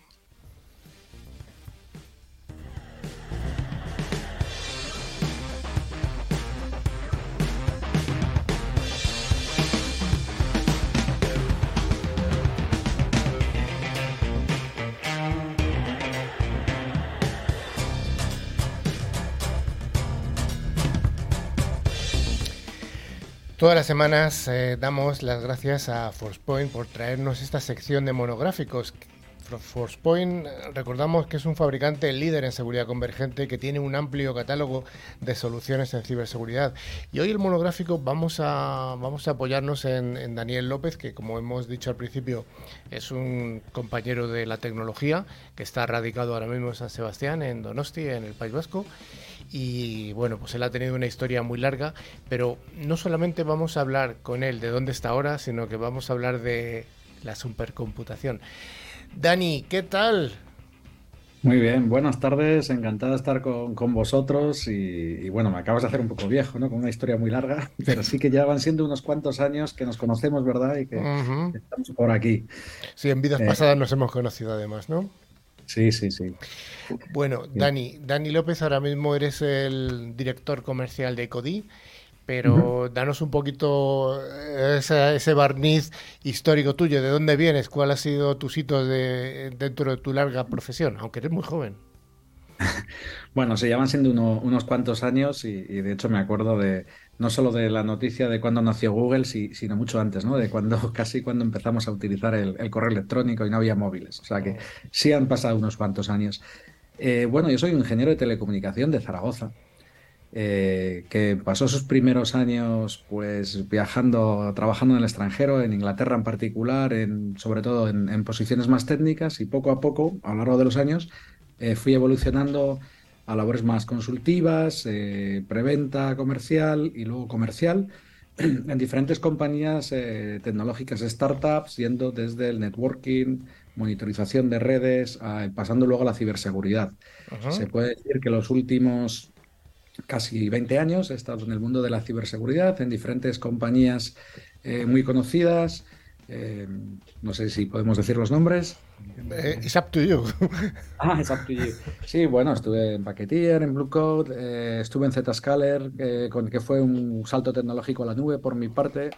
Todas las semanas eh, damos las gracias a Forcepoint por traernos esta sección de monográficos. Forcepoint, recordamos que es un fabricante líder en seguridad convergente que tiene un amplio catálogo de soluciones en ciberseguridad. Y hoy el monográfico vamos a, vamos a apoyarnos en, en Daniel López, que como hemos dicho al principio es un compañero de la tecnología que está radicado ahora mismo en San Sebastián, en Donosti, en el País Vasco. Y bueno, pues él ha tenido una historia muy larga, pero no solamente vamos a hablar con él de dónde está ahora, sino que vamos a hablar de la supercomputación. Dani, ¿qué tal? Muy bien, buenas tardes, encantado de estar con, con vosotros y, y bueno, me acabas de hacer un poco viejo, ¿no? Con una historia muy larga, pero sí que ya van siendo unos cuantos años que nos conocemos, ¿verdad? Y que uh-huh. estamos por aquí. Sí, en vidas eh, pasadas nos hemos conocido además, ¿no? Sí, sí, sí. Bueno, Dani, Dani López, ahora mismo eres el director comercial de Ecodí, pero uh-huh. danos un poquito ese, ese barniz histórico tuyo, ¿de dónde vienes? ¿Cuál ha sido tus hitos de, dentro de tu larga profesión? Aunque eres muy joven. Bueno, se llevan siendo uno, unos cuantos años y, y de hecho me acuerdo de no solo de la noticia de cuando nació Google, si, sino mucho antes, ¿no? De cuando casi cuando empezamos a utilizar el, el correo electrónico y no había móviles. O sea que sí han pasado unos cuantos años. Eh, bueno, yo soy un ingeniero de telecomunicación de Zaragoza eh, que pasó sus primeros años pues viajando, trabajando en el extranjero, en Inglaterra en particular, en, sobre todo en, en posiciones más técnicas, y poco a poco, a lo largo de los años, eh, fui evolucionando a labores más consultivas, eh, preventa comercial y luego comercial, en diferentes compañías eh, tecnológicas, startups, yendo desde el networking, monitorización de redes, a- pasando luego a la ciberseguridad. Ajá. Se puede decir que los últimos casi veinte años he estado en el mundo de la ciberseguridad, en diferentes compañías eh, muy conocidas. Eh, no sé si podemos decir los nombres. Eh, it's up to you. Ah, it's up to you. Sí, bueno, estuve en Packeteer, en Blue Code, eh, estuve en Zscaler, eh, con, que fue un salto tecnológico a la nube por mi parte.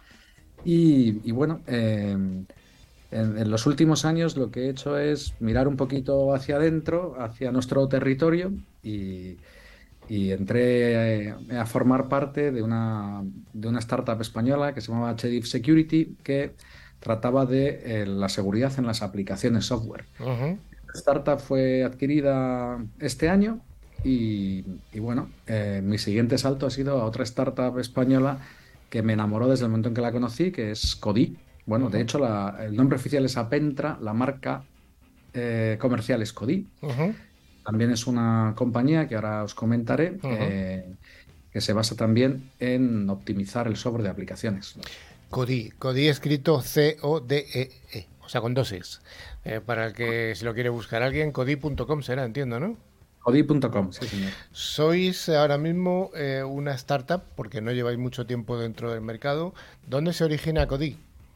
Y, y bueno, eh, en, en los últimos años lo que he hecho es mirar un poquito hacia adentro, hacia nuestro territorio, y, y entré eh, a formar parte de una, de una startup española que se llamaba Chedif Security, que trataba de eh, la seguridad en las aplicaciones software. Ajá. La startup fue adquirida este año y, y bueno, eh, mi siguiente salto ha sido a otra startup española que me enamoró desde el momento en que la conocí, que es Cody. Bueno, de Ajá. hecho, la- el nombre oficial es Apentra, la marca eh, comercial es Cody. Ajá. También es una compañía que ahora os comentaré, Ajá. eh, que se basa también en optimizar el software de aplicaciones. Cody, Cody escrito C O D E E, o sea, con dos es. Eh, para el que si lo quiere buscar alguien, cody punto com será, entiendo, ¿no? Cody punto com, sí, señor. Sois ahora mismo eh, una startup, porque no lleváis mucho tiempo dentro del mercado. ¿Dónde se origina Cody?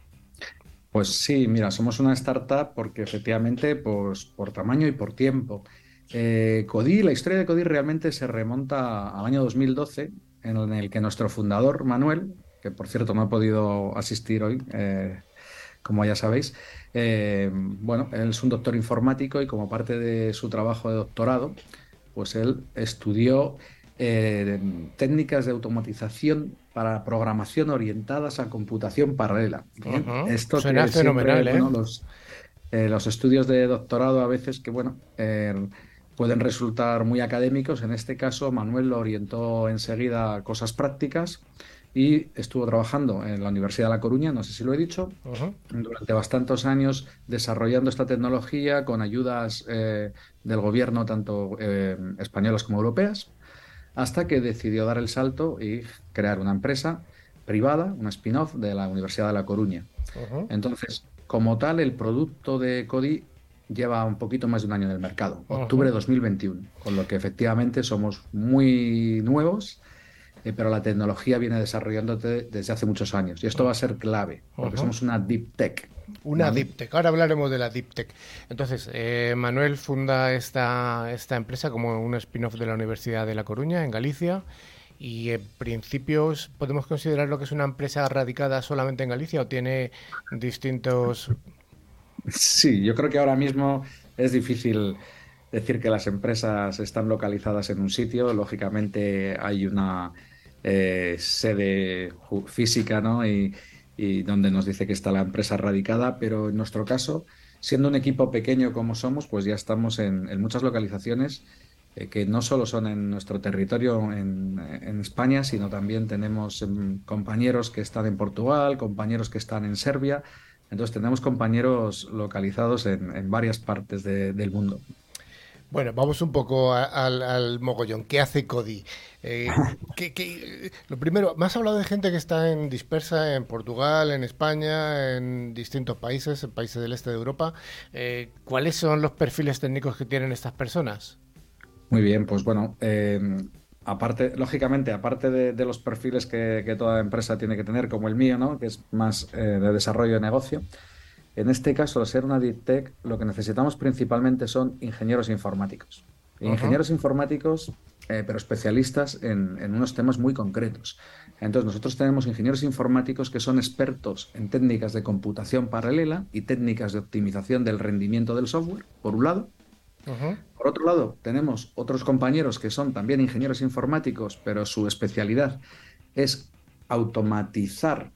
Pues sí, mira, somos una startup porque efectivamente, pues por tamaño y por tiempo. Eh, Cody, la historia de Cody realmente se remonta al año dos mil doce, en el que nuestro fundador, Manuel, que por cierto no ha podido asistir hoy, eh, como ya sabéis, eh, bueno, él es un doctor informático y como parte de su trabajo de doctorado, pues él estudió eh, técnicas de automatización para programación orientadas a computación paralela. Bien, Ajá. esto Suena que siempre, fenomenal, ¿eh? bueno, los, eh, los estudios de doctorado a veces que, bueno, eh, pueden resultar muy académicos. En este caso, Manuel lo orientó enseguida a cosas prácticas y estuvo trabajando en la Universidad de La Coruña, no sé si lo he dicho, Ajá. durante bastantes años desarrollando esta tecnología con ayudas eh, del gobierno, tanto eh, españolas como europeas, hasta que decidió dar el salto y crear una empresa privada, una spin-off de la Universidad de La Coruña. Ajá. Entonces, como tal, el producto de Cody lleva un poquito más de un año en el mercado, octubre de Ajá. dos mil veintiuno, con lo que efectivamente somos muy nuevos, eh, pero la tecnología viene desarrollándote desde hace muchos años y esto va a ser clave, porque Ajá. somos una deep tech. Una ¿vale? Deep Tech. Ahora hablaremos de la Deep Tech. Entonces, eh, Manuel funda esta, esta empresa como un spin-off de la Universidad de La Coruña, en Galicia. Y en principio, ¿podemos considerar lo que es una empresa radicada solamente en Galicia o tiene distintos... Sí, yo creo que ahora mismo es difícil decir que las empresas están localizadas en un sitio. Lógicamente hay una eh, sede ju- física, ¿no? Y, y donde nos dice que está la empresa radicada, pero en nuestro caso, siendo un equipo pequeño como somos, pues ya estamos en, en muchas localizaciones eh, que no solo son en nuestro territorio en, en España, sino también tenemos em, compañeros que están en Portugal, compañeros que están en Serbia. Entonces tenemos compañeros localizados en, en varias partes de- del mundo. Bueno, vamos un poco a- al, al mogollón. ¿Qué hace Cody? Eh, ¿qué- qué- lo primero, me has hablado de gente que está en dispersa en Portugal, en España, en distintos países, en países del este de Europa. Eh, ¿cuáles son los perfiles técnicos que tienen estas personas? Muy bien, pues bueno, eh, aparte, lógicamente, aparte de, de los perfiles que, que toda empresa tiene que tener, como el mío, ¿no? Que es más eh, de desarrollo de negocio, en este caso, al ser una Deep Tech, lo que necesitamos principalmente son ingenieros informáticos. Ajá. Ingenieros informáticos, eh, pero especialistas en, en unos temas muy concretos. Entonces, nosotros tenemos ingenieros informáticos que son expertos en técnicas de computación paralela y técnicas de optimización del rendimiento del software, por un lado. Ajá. Por otro lado, tenemos otros compañeros que son también ingenieros informáticos, pero su especialidad es automatizar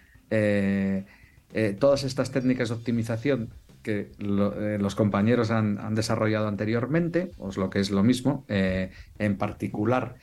eh, eh, todas estas técnicas de optimización que lo- eh, los compañeros han, han desarrollado anteriormente, o es lo que es lo mismo, eh, en particular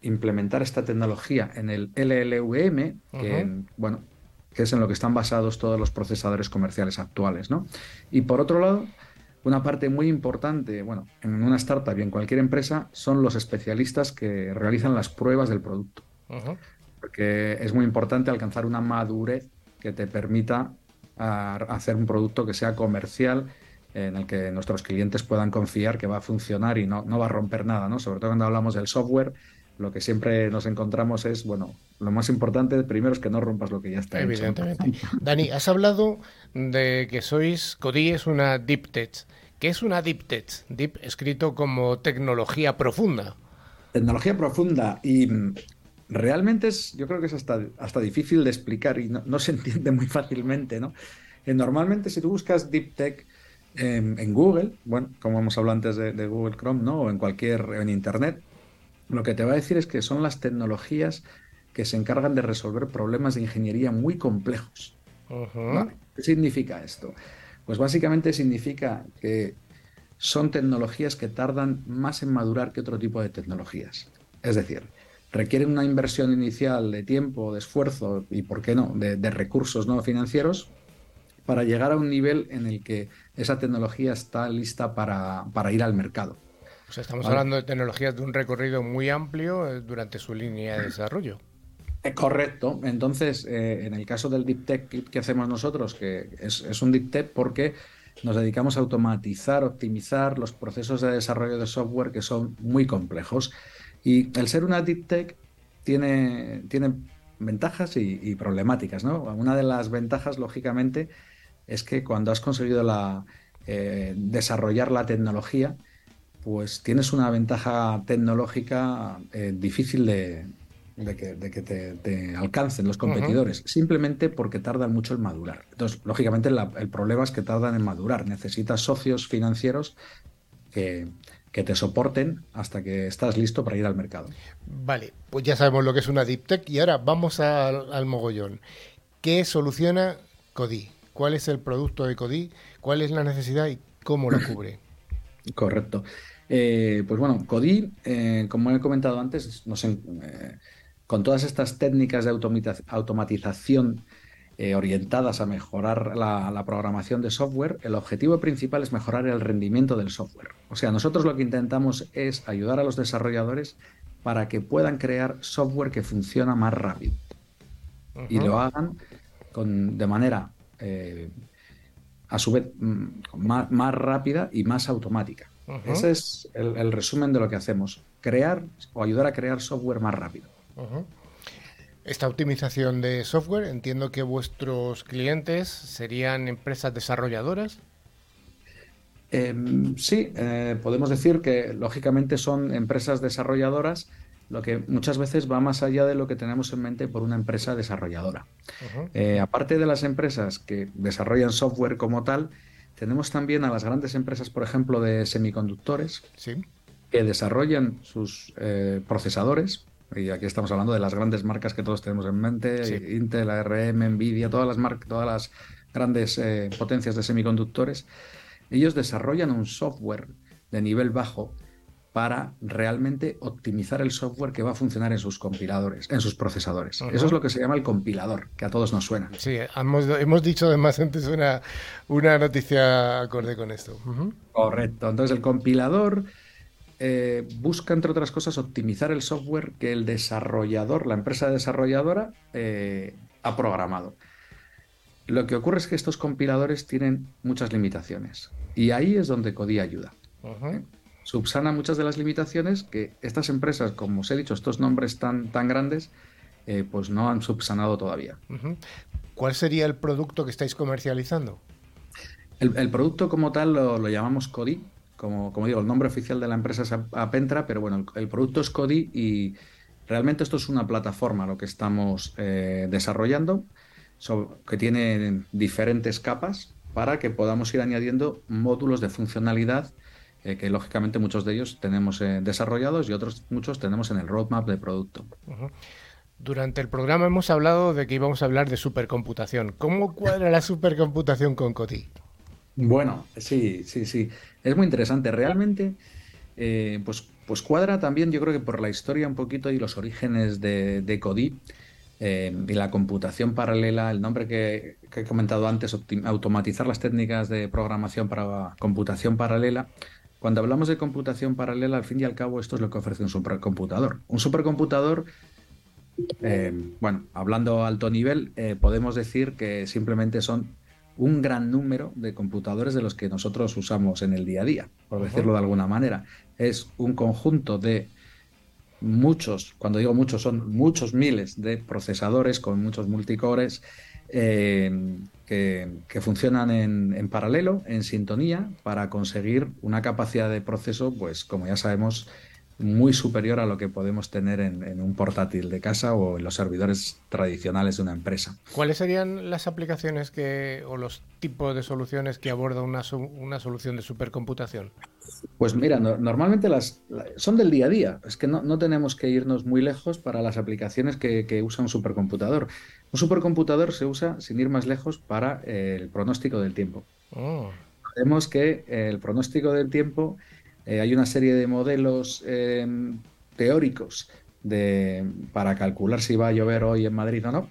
implementar esta tecnología en el L L V M, que, uh-huh. bueno, que es en lo que están basados todos los procesadores comerciales actuales, ¿no? Y por otro lado, una parte muy importante, bueno, en una startup y en cualquier empresa, son los especialistas que realizan las pruebas del producto. Uh-huh. Porque es muy importante alcanzar una madurez que te permita uh, hacer un producto que sea comercial, en el que nuestros clientes puedan confiar que va a funcionar y no, no va a romper nada, ¿no? Sobre todo cuando hablamos del software, lo que siempre nos encontramos es, bueno, lo más importante primero es que no rompas lo que ya está Evidentemente. hecho. Dani, has hablado de que sois, Codí es una Deep Tech. ¿Qué es una Deep Tech? Deep escrito como tecnología profunda. Tecnología profunda y realmente es, yo creo que es hasta, hasta difícil de explicar y no, no se entiende muy fácilmente, ¿no? Eh, normalmente si tú buscas Deep Tech en, en Google, bueno, como hemos hablado antes de, de Google Chrome, ¿no? O en cualquier, en Internet, lo que te va a decir es que son las tecnologías que se encargan de resolver problemas de ingeniería muy complejos. Uh-huh. ¿Vale? ¿Qué significa esto? Pues básicamente significa que son tecnologías que tardan más en madurar que otro tipo de tecnologías. Es decir, requieren una inversión inicial de tiempo, de esfuerzo y, ¿por qué no?, de, de recursos no financieros para llegar a un nivel en el que esa tecnología está lista para, para ir al mercado. O sea, estamos ¿vale? hablando de tecnologías de un recorrido muy amplio durante su línea de desarrollo. Correcto. Entonces, eh, en el caso del Deep Tech que hacemos nosotros, que es, es un Deep Tech porque nos dedicamos a automatizar, optimizar los procesos de desarrollo de software que son muy complejos. Y el ser una Deep Tech tiene, tiene ventajas y, y problemáticas, ¿no? Una de las ventajas, lógicamente, es que cuando has conseguido la, eh, desarrollar la tecnología, pues tienes una ventaja tecnológica eh, difícil de, de que, de que te, te alcancen los competidores, uh-huh. simplemente porque tardan mucho en madurar. Entonces, lógicamente, la, el problema es que tardan en madurar. Necesitas socios financieros que, que te soporten hasta que estás listo para ir al mercado. Vale, pues ya sabemos lo que es una Deep Tech y ahora vamos al, al mogollón. ¿Qué soluciona Codí? ¿Cuál es el producto de Codí? ¿Cuál es la necesidad y cómo la cubre? Correcto. Eh, pues bueno, Codí, eh, como he comentado antes, nos, eh, con todas estas técnicas de automatización eh, orientadas a mejorar la, la programación de software, el objetivo principal es mejorar el rendimiento del software. O sea, nosotros lo que intentamos es ayudar a los desarrolladores para que puedan crear software que funciona más rápido. Uh-huh. Y lo hagan con, de manera, eh, a su vez, más, más rápida y más automática. Uh-huh. Ese es el, el resumen de lo que hacemos, crear o ayudar a crear software más rápido. Uh-huh. Esta optimización de software, entiendo que vuestros clientes serían empresas desarrolladoras. Eh, sí, eh, podemos decir que lógicamente son empresas desarrolladoras, lo que muchas veces va más allá de lo que tenemos en mente por una empresa desarrolladora. Uh-huh. Eh, aparte de las empresas que desarrollan software como tal, tenemos también a las grandes empresas, por ejemplo, de semiconductores, sí, que desarrollan sus eh, procesadores, y aquí estamos hablando de las grandes marcas que todos tenemos en mente, sí. Intel, A R M, Nvidia, todas las, mar- todas las grandes eh, potencias de semiconductores. Ellos desarrollan un software de nivel bajo para realmente optimizar el software que va a funcionar en sus compiladores, en sus procesadores. Uh-huh. Eso es lo que se llama el compilador, que a todos nos suena. Sí, hemos, hemos dicho además antes una, una noticia acorde con esto. Uh-huh. Correcto. Entonces el compilador eh, busca, entre otras cosas, optimizar el software que el desarrollador, la empresa desarrolladora, eh, ha programado. Lo que ocurre es que estos compiladores tienen muchas limitaciones y ahí es donde Codí ayuda. Uh-huh. ¿Eh? Subsana muchas de las limitaciones que estas empresas, como os he dicho, estos nombres tan, tan grandes, eh, pues no han subsanado todavía. Uh-huh. ¿Cuál sería el producto que estáis comercializando? El, el producto como tal lo, lo llamamos Codí. Como, como digo, el nombre oficial de la empresa es Apentra, pero bueno, el, el producto es Codí y realmente esto es una plataforma lo que estamos eh, desarrollando, so, que tiene diferentes capas para que podamos ir añadiendo módulos de funcionalidad Eh, que lógicamente muchos de ellos tenemos eh, desarrollados y otros muchos tenemos en el roadmap de producto. Uh-huh. Durante el programa hemos hablado de que íbamos a hablar de supercomputación. ¿Cómo cuadra la supercomputación con Codí? Bueno, sí, sí, sí. Es muy interesante. Realmente eh, pues, pues cuadra también, yo creo que por la historia un poquito y los orígenes de, de Codí eh, y la computación paralela, el nombre que, que he comentado antes, optim- automatizar las técnicas de programación para computación paralela. Cuando hablamos de computación paralela, al fin y al cabo, esto es lo que ofrece un supercomputador. Un supercomputador, eh, bueno, hablando a alto nivel, eh, podemos decir que simplemente son un gran número de computadores de los que nosotros usamos en el día a día, por decirlo de alguna manera. Es un conjunto de muchos, cuando digo muchos, son muchos miles de procesadores con muchos multicores eh, que, que funcionan en, en paralelo, en sintonía, para conseguir una capacidad de proceso, pues como ya sabemos, muy superior a lo que podemos tener en, en un portátil de casa o en los servidores tradicionales de una empresa. ¿Cuáles serían las aplicaciones que o los tipos de soluciones que aborda una, so- una solución de supercomputación? Pues mira, no- normalmente las la- son del día a día. Es que no, no tenemos que irnos muy lejos para las aplicaciones que, que usa un supercomputador. Un supercomputador se usa, sin ir más lejos, para eh, el pronóstico del tiempo. Oh, Sabemos que eh, el pronóstico del tiempo, eh, hay una serie de modelos eh, teóricos de, para calcular si va a llover hoy en Madrid o no.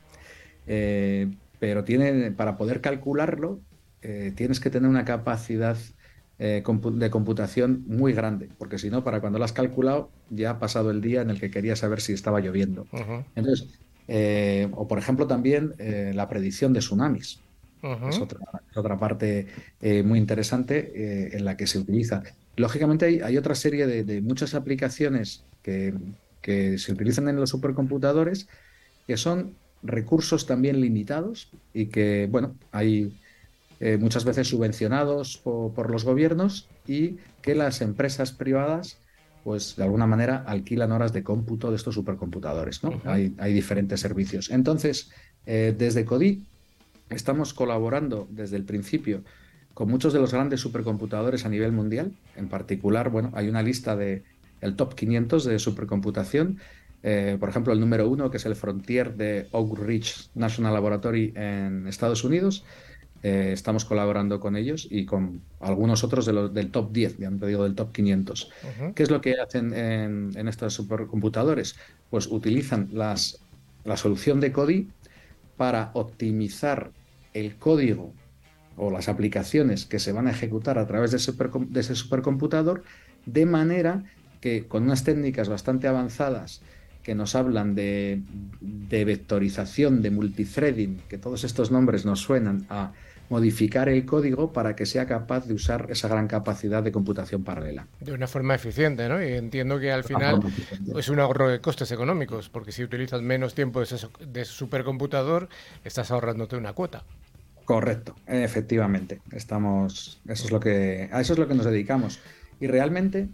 Eh, pero tiene, para poder calcularlo, eh, tienes que tener una capacidad eh, compu- de computación muy grande, porque si no, para cuando lo has calculado, ya ha pasado el día en el que querías saber si estaba lloviendo. ujú, Entonces, eh, o por ejemplo, también eh, la predicción de tsunamis. Es ujú. otra, es otra parte eh, muy interesante eh, en la que se utiliza. Lógicamente, hay, hay otra serie de, de muchas aplicaciones que, que se utilizan en los supercomputadores que son recursos también limitados y que, bueno, hay eh, muchas veces subvencionados po- por los gobiernos y que las empresas privadas, pues de alguna manera alquilan horas de cómputo de estos supercomputadores, ¿no? Ujú. Hay, hay diferentes servicios. Entonces, eh, desde Codí estamos colaborando desde el principio con muchos de los grandes supercomputadores a nivel mundial. En particular, bueno, hay una lista de el top quinientos de supercomputación. Eh, por ejemplo, el número uno, que es el Frontier de Oak Ridge National Laboratory en Estados Unidos. Eh, estamos colaborando con ellos y con algunos otros de los, del top diez, ya te digo, del top quinientos. Ujú. ¿Qué es lo que hacen en, en estos supercomputadores? Pues utilizan las, la solución de Codí para optimizar el código o las aplicaciones que se van a ejecutar a través de, supercom- de ese supercomputador, de manera que con unas técnicas bastante avanzadas que nos hablan de, de vectorización, de multithreading, que todos estos nombres nos suenan a modificar el código para que sea capaz de usar esa gran capacidad de computación paralela. De una forma eficiente, ¿no? Y entiendo que al De una final forma eficiente. es un ahorro de costes económicos, porque si utilizas menos tiempo de ese, de ese supercomputador, estás ahorrándote una cuota. Correcto, efectivamente. Estamos, eso es lo que, a eso es lo que nos dedicamos. Y realmente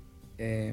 eh,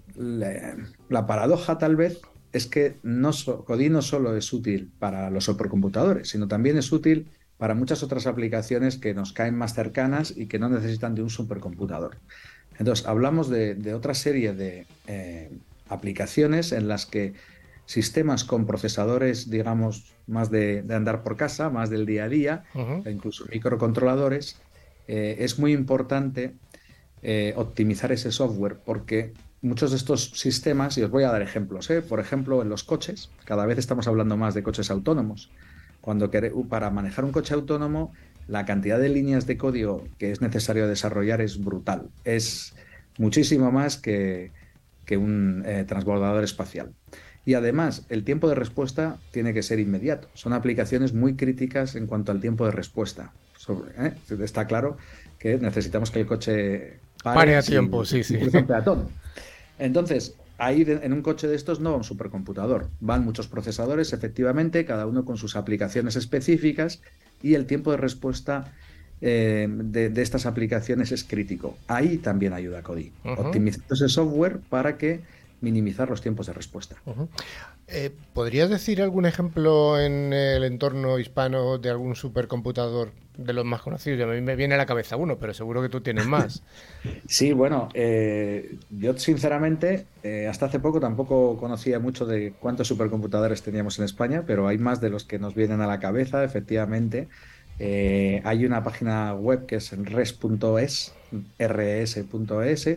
la, la paradoja tal vez es que no so- Codí no solo es útil para los supercomputadores, sino también es útil para muchas otras aplicaciones que nos caen más cercanas y que no necesitan de un supercomputador. Entonces, hablamos de, de otra serie de eh, aplicaciones en las que sistemas con procesadores, digamos, más de, de andar por casa, más del día a día, Ujú. e incluso microcontroladores, eh, es muy importante eh, optimizar ese software porque muchos de estos sistemas, y os voy a dar ejemplos, ¿eh? Por ejemplo, en los coches, cada vez estamos hablando más de coches autónomos. Cuando quere- para manejar un coche autónomo, la cantidad de líneas de código que es necesario desarrollar es brutal. Es muchísimo más que, que un eh, transbordador espacial. Y además, el tiempo de respuesta tiene que ser inmediato. Son aplicaciones muy críticas en cuanto al tiempo de respuesta. Sobre, ¿eh? Está claro que necesitamos que el coche Pare pare a si, tiempo, sí, si sí. cruza un peatón. Entonces, ahí de- en un coche de estos no va un supercomputador. Van muchos procesadores, efectivamente, cada uno con sus aplicaciones específicas y el tiempo de respuesta eh, de, de estas aplicaciones es crítico. Ahí también ayuda Codí, Ujú, optimizando ese software para que minimizar los tiempos de respuesta. ujú. Eh, ¿podrías decir algún ejemplo en el entorno hispano de algún supercomputador de los más conocidos? A mí me viene a la cabeza uno, pero seguro que tú tienes más. Sí, bueno, eh, yo sinceramente eh, hasta hace poco tampoco conocía mucho de cuántos supercomputadores teníamos en España, pero hay más de los que nos vienen a la cabeza, efectivamente. Eh, hay una página web que es res punto es, res punto es,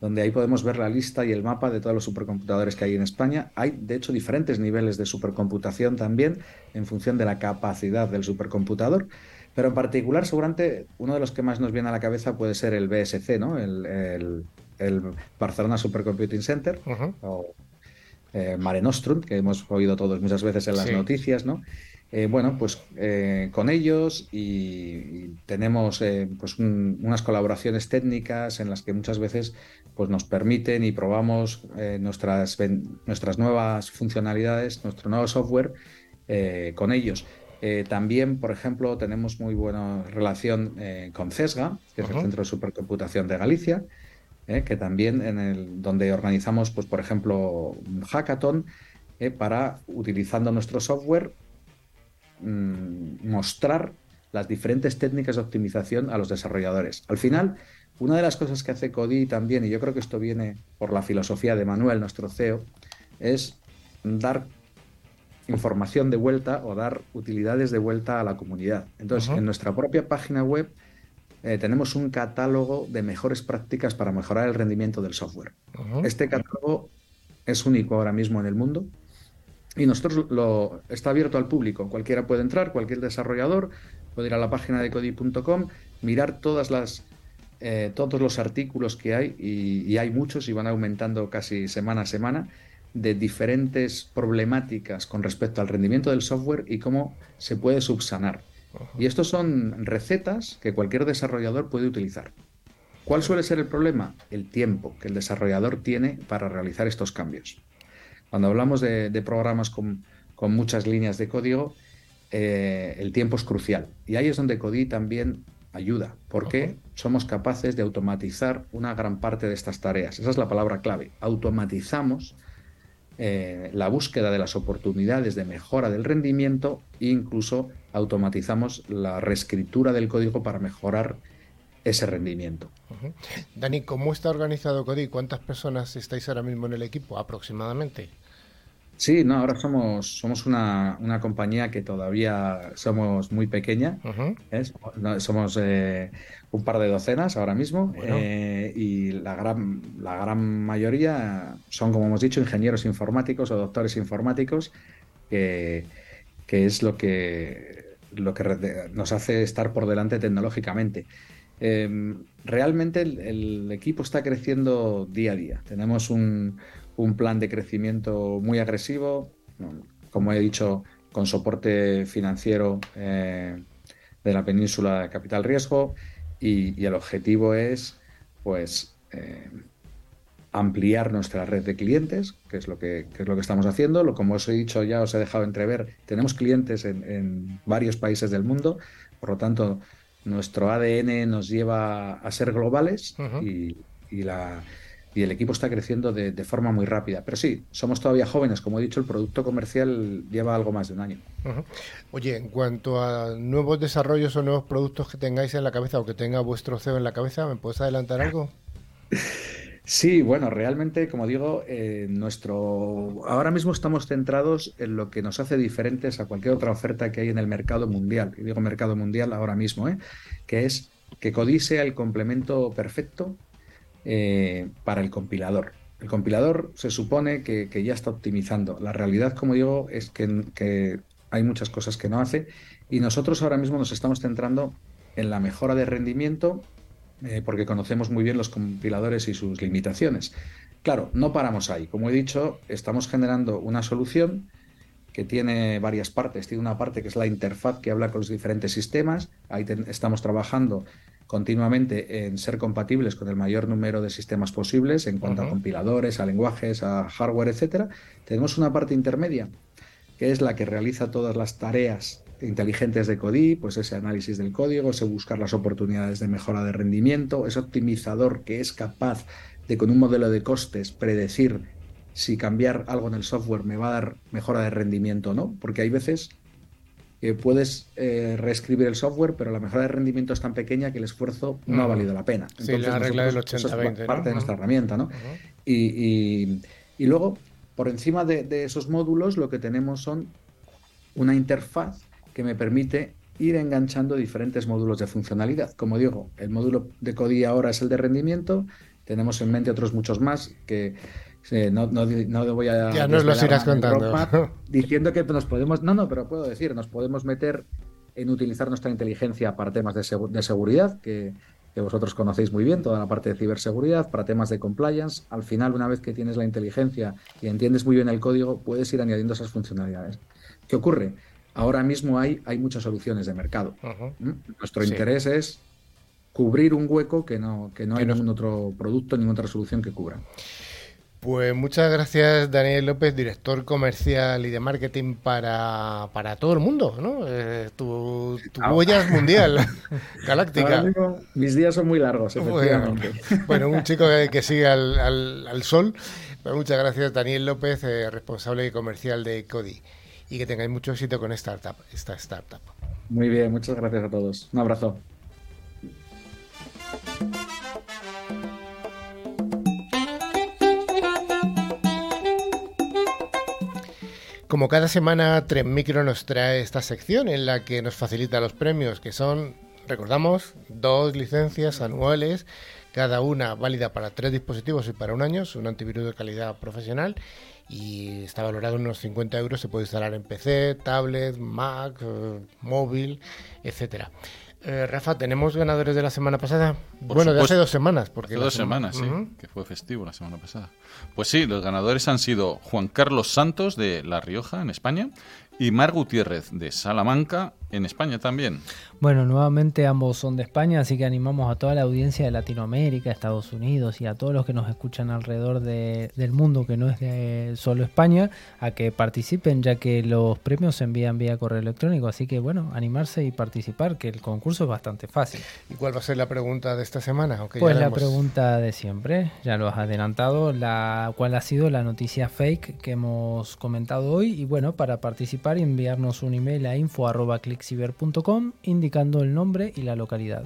donde ahí podemos ver la lista y el mapa de todos los supercomputadores que hay en España. Hay, de hecho, diferentes niveles de supercomputación también en función de la capacidad del supercomputador, pero en particular, seguramente, uno de los que más nos viene a la cabeza puede ser el B S C, ¿no? El, el, el Barcelona Supercomputing Center, uh-huh. o eh, Mare Nostrum, que hemos oído todos muchas veces en las sí. noticias, ¿no? Eh, bueno, pues eh, con ellos y, y tenemos eh, pues un, unas colaboraciones técnicas en las que muchas veces pues nos permiten y probamos eh, nuestras, nuestras nuevas funcionalidades, nuestro nuevo software eh, con ellos. Eh, también, por ejemplo, tenemos muy buena relación eh, con CESGA, que es uh-huh. el Centro de Supercomputación de Galicia, eh, que también en el donde organizamos, pues por ejemplo, un hackathon eh, para, utilizando nuestro software, mostrar las diferentes técnicas de optimización a los desarrolladores. Al final, una de las cosas que hace Codee también, y yo creo que esto viene por la filosofía de Manuel, nuestro C E O, es dar información de vuelta o dar utilidades de vuelta a la comunidad. Entonces, uh-huh. en nuestra propia página web eh, tenemos un catálogo de mejores prácticas para mejorar el rendimiento del software. Uh-huh. Este catálogo es único ahora mismo en el mundo. Y nosotros lo está abierto al público. Cualquiera puede entrar, cualquier desarrollador puede ir a la página de codee punto com, mirar todas las, eh, todos los artículos que hay, y, y hay muchos y van aumentando casi semana a semana, de diferentes problemáticas con respecto al rendimiento del software y cómo se puede subsanar. Uh-huh. Y estos son recetas que cualquier desarrollador puede utilizar. ¿Cuál suele ser el problema? El tiempo que el desarrollador tiene para realizar estos cambios. Cuando hablamos de, de programas con, con muchas líneas de código, eh, el tiempo es crucial. Y ahí es donde Codee también ayuda, porque okay. somos capaces de automatizar una gran parte de estas tareas. Esa es la palabra clave. Automatizamos eh, la búsqueda de las oportunidades de mejora del rendimiento e incluso automatizamos la reescritura del código para mejorar ese rendimiento. Uh-huh. Dani, ¿cómo está organizado Codee? ¿Cuántas personas estáis ahora mismo en el equipo aproximadamente? Sí, no, ahora somos, somos una, una compañía que todavía somos muy pequeña. Uh-huh. ¿eh? Somos eh, un par de docenas ahora mismo. Bueno. eh, y la gran, la gran mayoría son, como hemos dicho, ingenieros informáticos o doctores informáticos, que, que es lo que, lo que nos hace estar por delante tecnológicamente. Eh, realmente el, el equipo está creciendo día a día. Tenemos un, un plan de crecimiento muy agresivo, como he dicho, con soporte financiero eh, de la península de Capital Riesgo, y, y el objetivo es pues eh, ampliar nuestra red de clientes, que es lo que, que es lo que estamos haciendo. Lo, como os he dicho, ya os he dejado entrever, tenemos clientes en, en varios países del mundo, por lo tanto nuestro A D N nos lleva a ser globales. Uh-huh. y, y, la, y el equipo está creciendo de, de forma muy rápida. Pero sí, somos todavía jóvenes. Como he dicho, el producto comercial lleva algo más de un año. Uh-huh. Oye, en cuanto a nuevos desarrollos o nuevos productos que tengáis en la cabeza o que tenga vuestro C E O en la cabeza, ¿me puedes adelantar algo? Sí, bueno, realmente, como digo, eh, nuestro ahora mismo estamos centrados en lo que nos hace diferentes a cualquier otra oferta que hay en el mercado mundial. Y digo mercado mundial ahora mismo, ¿eh? que es que Codee sea el complemento perfecto eh, para el compilador. El compilador se supone que, que ya está optimizando. La realidad, como digo, es que, que hay muchas cosas que no hace, y nosotros ahora mismo nos estamos centrando en la mejora de rendimiento, Eh, porque conocemos muy bien los compiladores y sus limitaciones. Claro, no paramos ahí. Como he dicho, estamos generando una solución que tiene varias partes. Tiene una parte que es la interfaz que habla con los diferentes sistemas. Ahí te, estamos trabajando continuamente en ser compatibles con el mayor número de sistemas posibles en cuanto uh-huh. a compiladores, a lenguajes, a hardware, etcétera. Tenemos una parte intermedia, que es la que realiza todas las tareas inteligentes de Codee, pues ese análisis del código, ese buscar las oportunidades de mejora de rendimiento, ese optimizador que es capaz de, con un modelo de costes, predecir si cambiar algo en el software me va a dar mejora de rendimiento o no, porque hay veces que puedes eh, reescribir el software, pero la mejora de rendimiento es tan pequeña que el esfuerzo no uh-huh. ha valido la pena. Entonces, sí, la regla del ochenta veinte, es parte ¿no? de nuestra herramienta, ¿no? Uh-huh. y, y, y luego, por encima de, de esos módulos, lo que tenemos son una interfaz que me permite ir enganchando diferentes módulos de funcionalidad. Como digo, el módulo de Codee ahora es el de rendimiento, tenemos en mente otros muchos más que eh, no, no, no voy a... Ya nos los irás contando. Roadmap, diciendo que nos podemos... No, no, pero puedo decir, nos podemos meter en utilizar nuestra inteligencia para temas de, segu- de seguridad, que, que vosotros conocéis muy bien, toda la parte de ciberseguridad, para temas de compliance. Al final, una vez que tienes la inteligencia y entiendes muy bien el código, puedes ir añadiendo esas funcionalidades. ¿Qué ocurre? Ahora mismo hay, hay muchas soluciones de mercado. Uh-huh. ¿Mm? Nuestro sí. interés es cubrir un hueco que no, que no hay no. ningún otro producto, ninguna otra solución que cubra. Pues muchas gracias, Daniel López, director comercial y de marketing para, para todo el mundo, ¿no? Eh, tu tu ah. huella es mundial, galáctica. Ahora mismo, mis días son muy largos, efectivamente. Bueno, bueno un chico que, que sigue al, al, al sol. Pues muchas gracias, Daniel López, eh, responsable comercial de Cody. Y que tengáis mucho éxito con esta startup, esta startup. Muy bien, muchas gracias a todos. Un abrazo. Como cada semana, Tren Micro nos trae esta sección en la que nos facilita los premios, que son, recordamos, dos licencias anuales, cada una válida para tres dispositivos y para un año, es un antivirus de calidad profesional y está valorado en unos cincuenta euros, se puede instalar en P C, tablet, Mac, eh, móvil, etcétera. Eh, Rafa, ¿tenemos ganadores de la semana pasada? Por bueno, supuesto. De hace dos semanas. Porque hace dos semana... semanas, sí, uh-huh. que fue festivo la semana pasada. Pues sí, los ganadores han sido Juan Carlos Santos, de La Rioja, en España, y Mar Gutiérrez, de Salamanca, en España también. Bueno, nuevamente ambos son de España, así que animamos a toda la audiencia de Latinoamérica, Estados Unidos y a todos los que nos escuchan alrededor de, del mundo, que no es de solo España, a que participen, ya que los premios se envían vía correo electrónico. Así que bueno, animarse y participar, que el concurso es bastante fácil. ¿Y cuál va a ser la pregunta de esta semana? Aunque pues ya la hemos... pregunta de siempre, ya lo has adelantado, la cuál ha sido la noticia fake que hemos comentado hoy. Y bueno, para participar, enviarnos un email a info arroba clickciber punto com indicando el nombre y la localidad.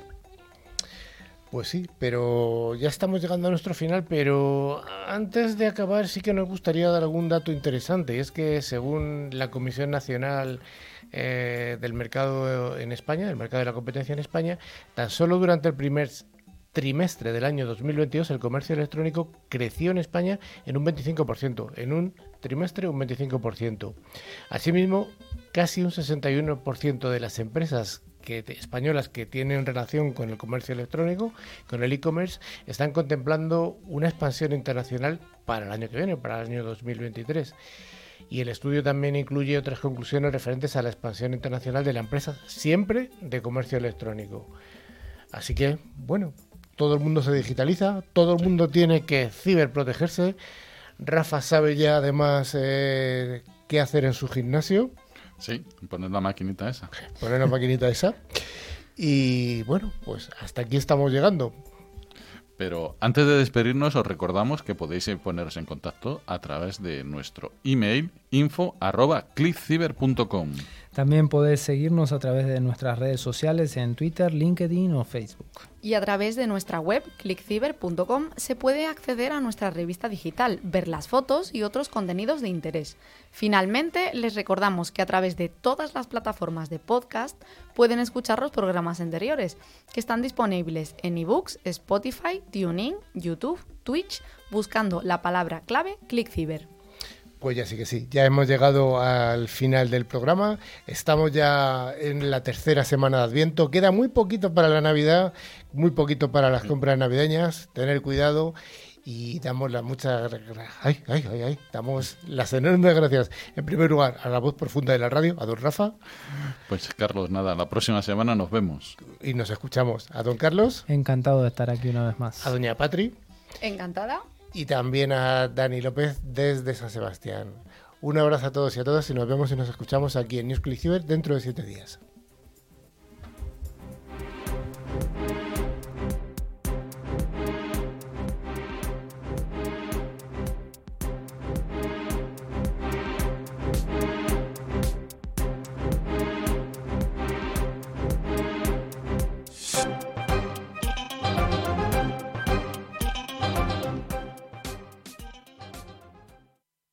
Pues sí, pero ya estamos llegando a nuestro final, pero antes de acabar sí que nos gustaría dar algún dato interesante, y es que según la Comisión Nacional eh, del Mercado en España, del Mercado de la Competencia en España, tan solo durante el primer trimestre del año dos mil veintidós el comercio electrónico creció en España en un veinticinco por ciento, en un trimestre un veinticinco por ciento. Asimismo, casi un sesenta y uno por ciento de las empresas que, españolas que tienen relación con el comercio electrónico, con el e-commerce, están contemplando una expansión internacional para el año que viene, para el año dos mil veintitrés. Y el estudio también incluye otras conclusiones referentes a la expansión internacional de la empresa, siempre de comercio electrónico. Así que, bueno, todo el mundo se digitaliza, todo el mundo tiene que ciberprotegerse. Rafa sabe ya además eh, qué hacer en su gimnasio. Sí, poner la maquinita esa. Poner la maquinita esa. Y bueno, pues hasta aquí estamos llegando. Pero antes de despedirnos os recordamos que podéis poneros en contacto a través de nuestro email info arroba clickciber punto com. También podéis seguirnos a través de nuestras redes sociales en Twitter, LinkedIn o Facebook. Y a través de nuestra web, clickciber punto com, se puede acceder a nuestra revista digital, ver las fotos y otros contenidos de interés. Finalmente, les recordamos que a través de todas las plataformas de podcast pueden escuchar los programas anteriores, que están disponibles en ebooks, Spotify, TuneIn, YouTube, Twitch, buscando la palabra clave ClickCiber. Pues ya sí que sí, ya hemos llegado al final del programa, estamos ya en la tercera semana de Adviento, queda muy poquito para la Navidad, muy poquito para las compras navideñas, tener cuidado y damos las muchas ay, ay, ay, ay, damos las enormes gracias en primer lugar a la voz profunda de la radio, a don Rafa. Pues Carlos, nada, la próxima semana nos vemos. Y nos escuchamos. A don Carlos. Encantado de estar aquí una vez más. A doña Patri. Encantada. Y también a Dani López desde San Sebastián. Un abrazo a todos y a todas y nos vemos y nos escuchamos aquí en News Click Ciber dentro de siete días.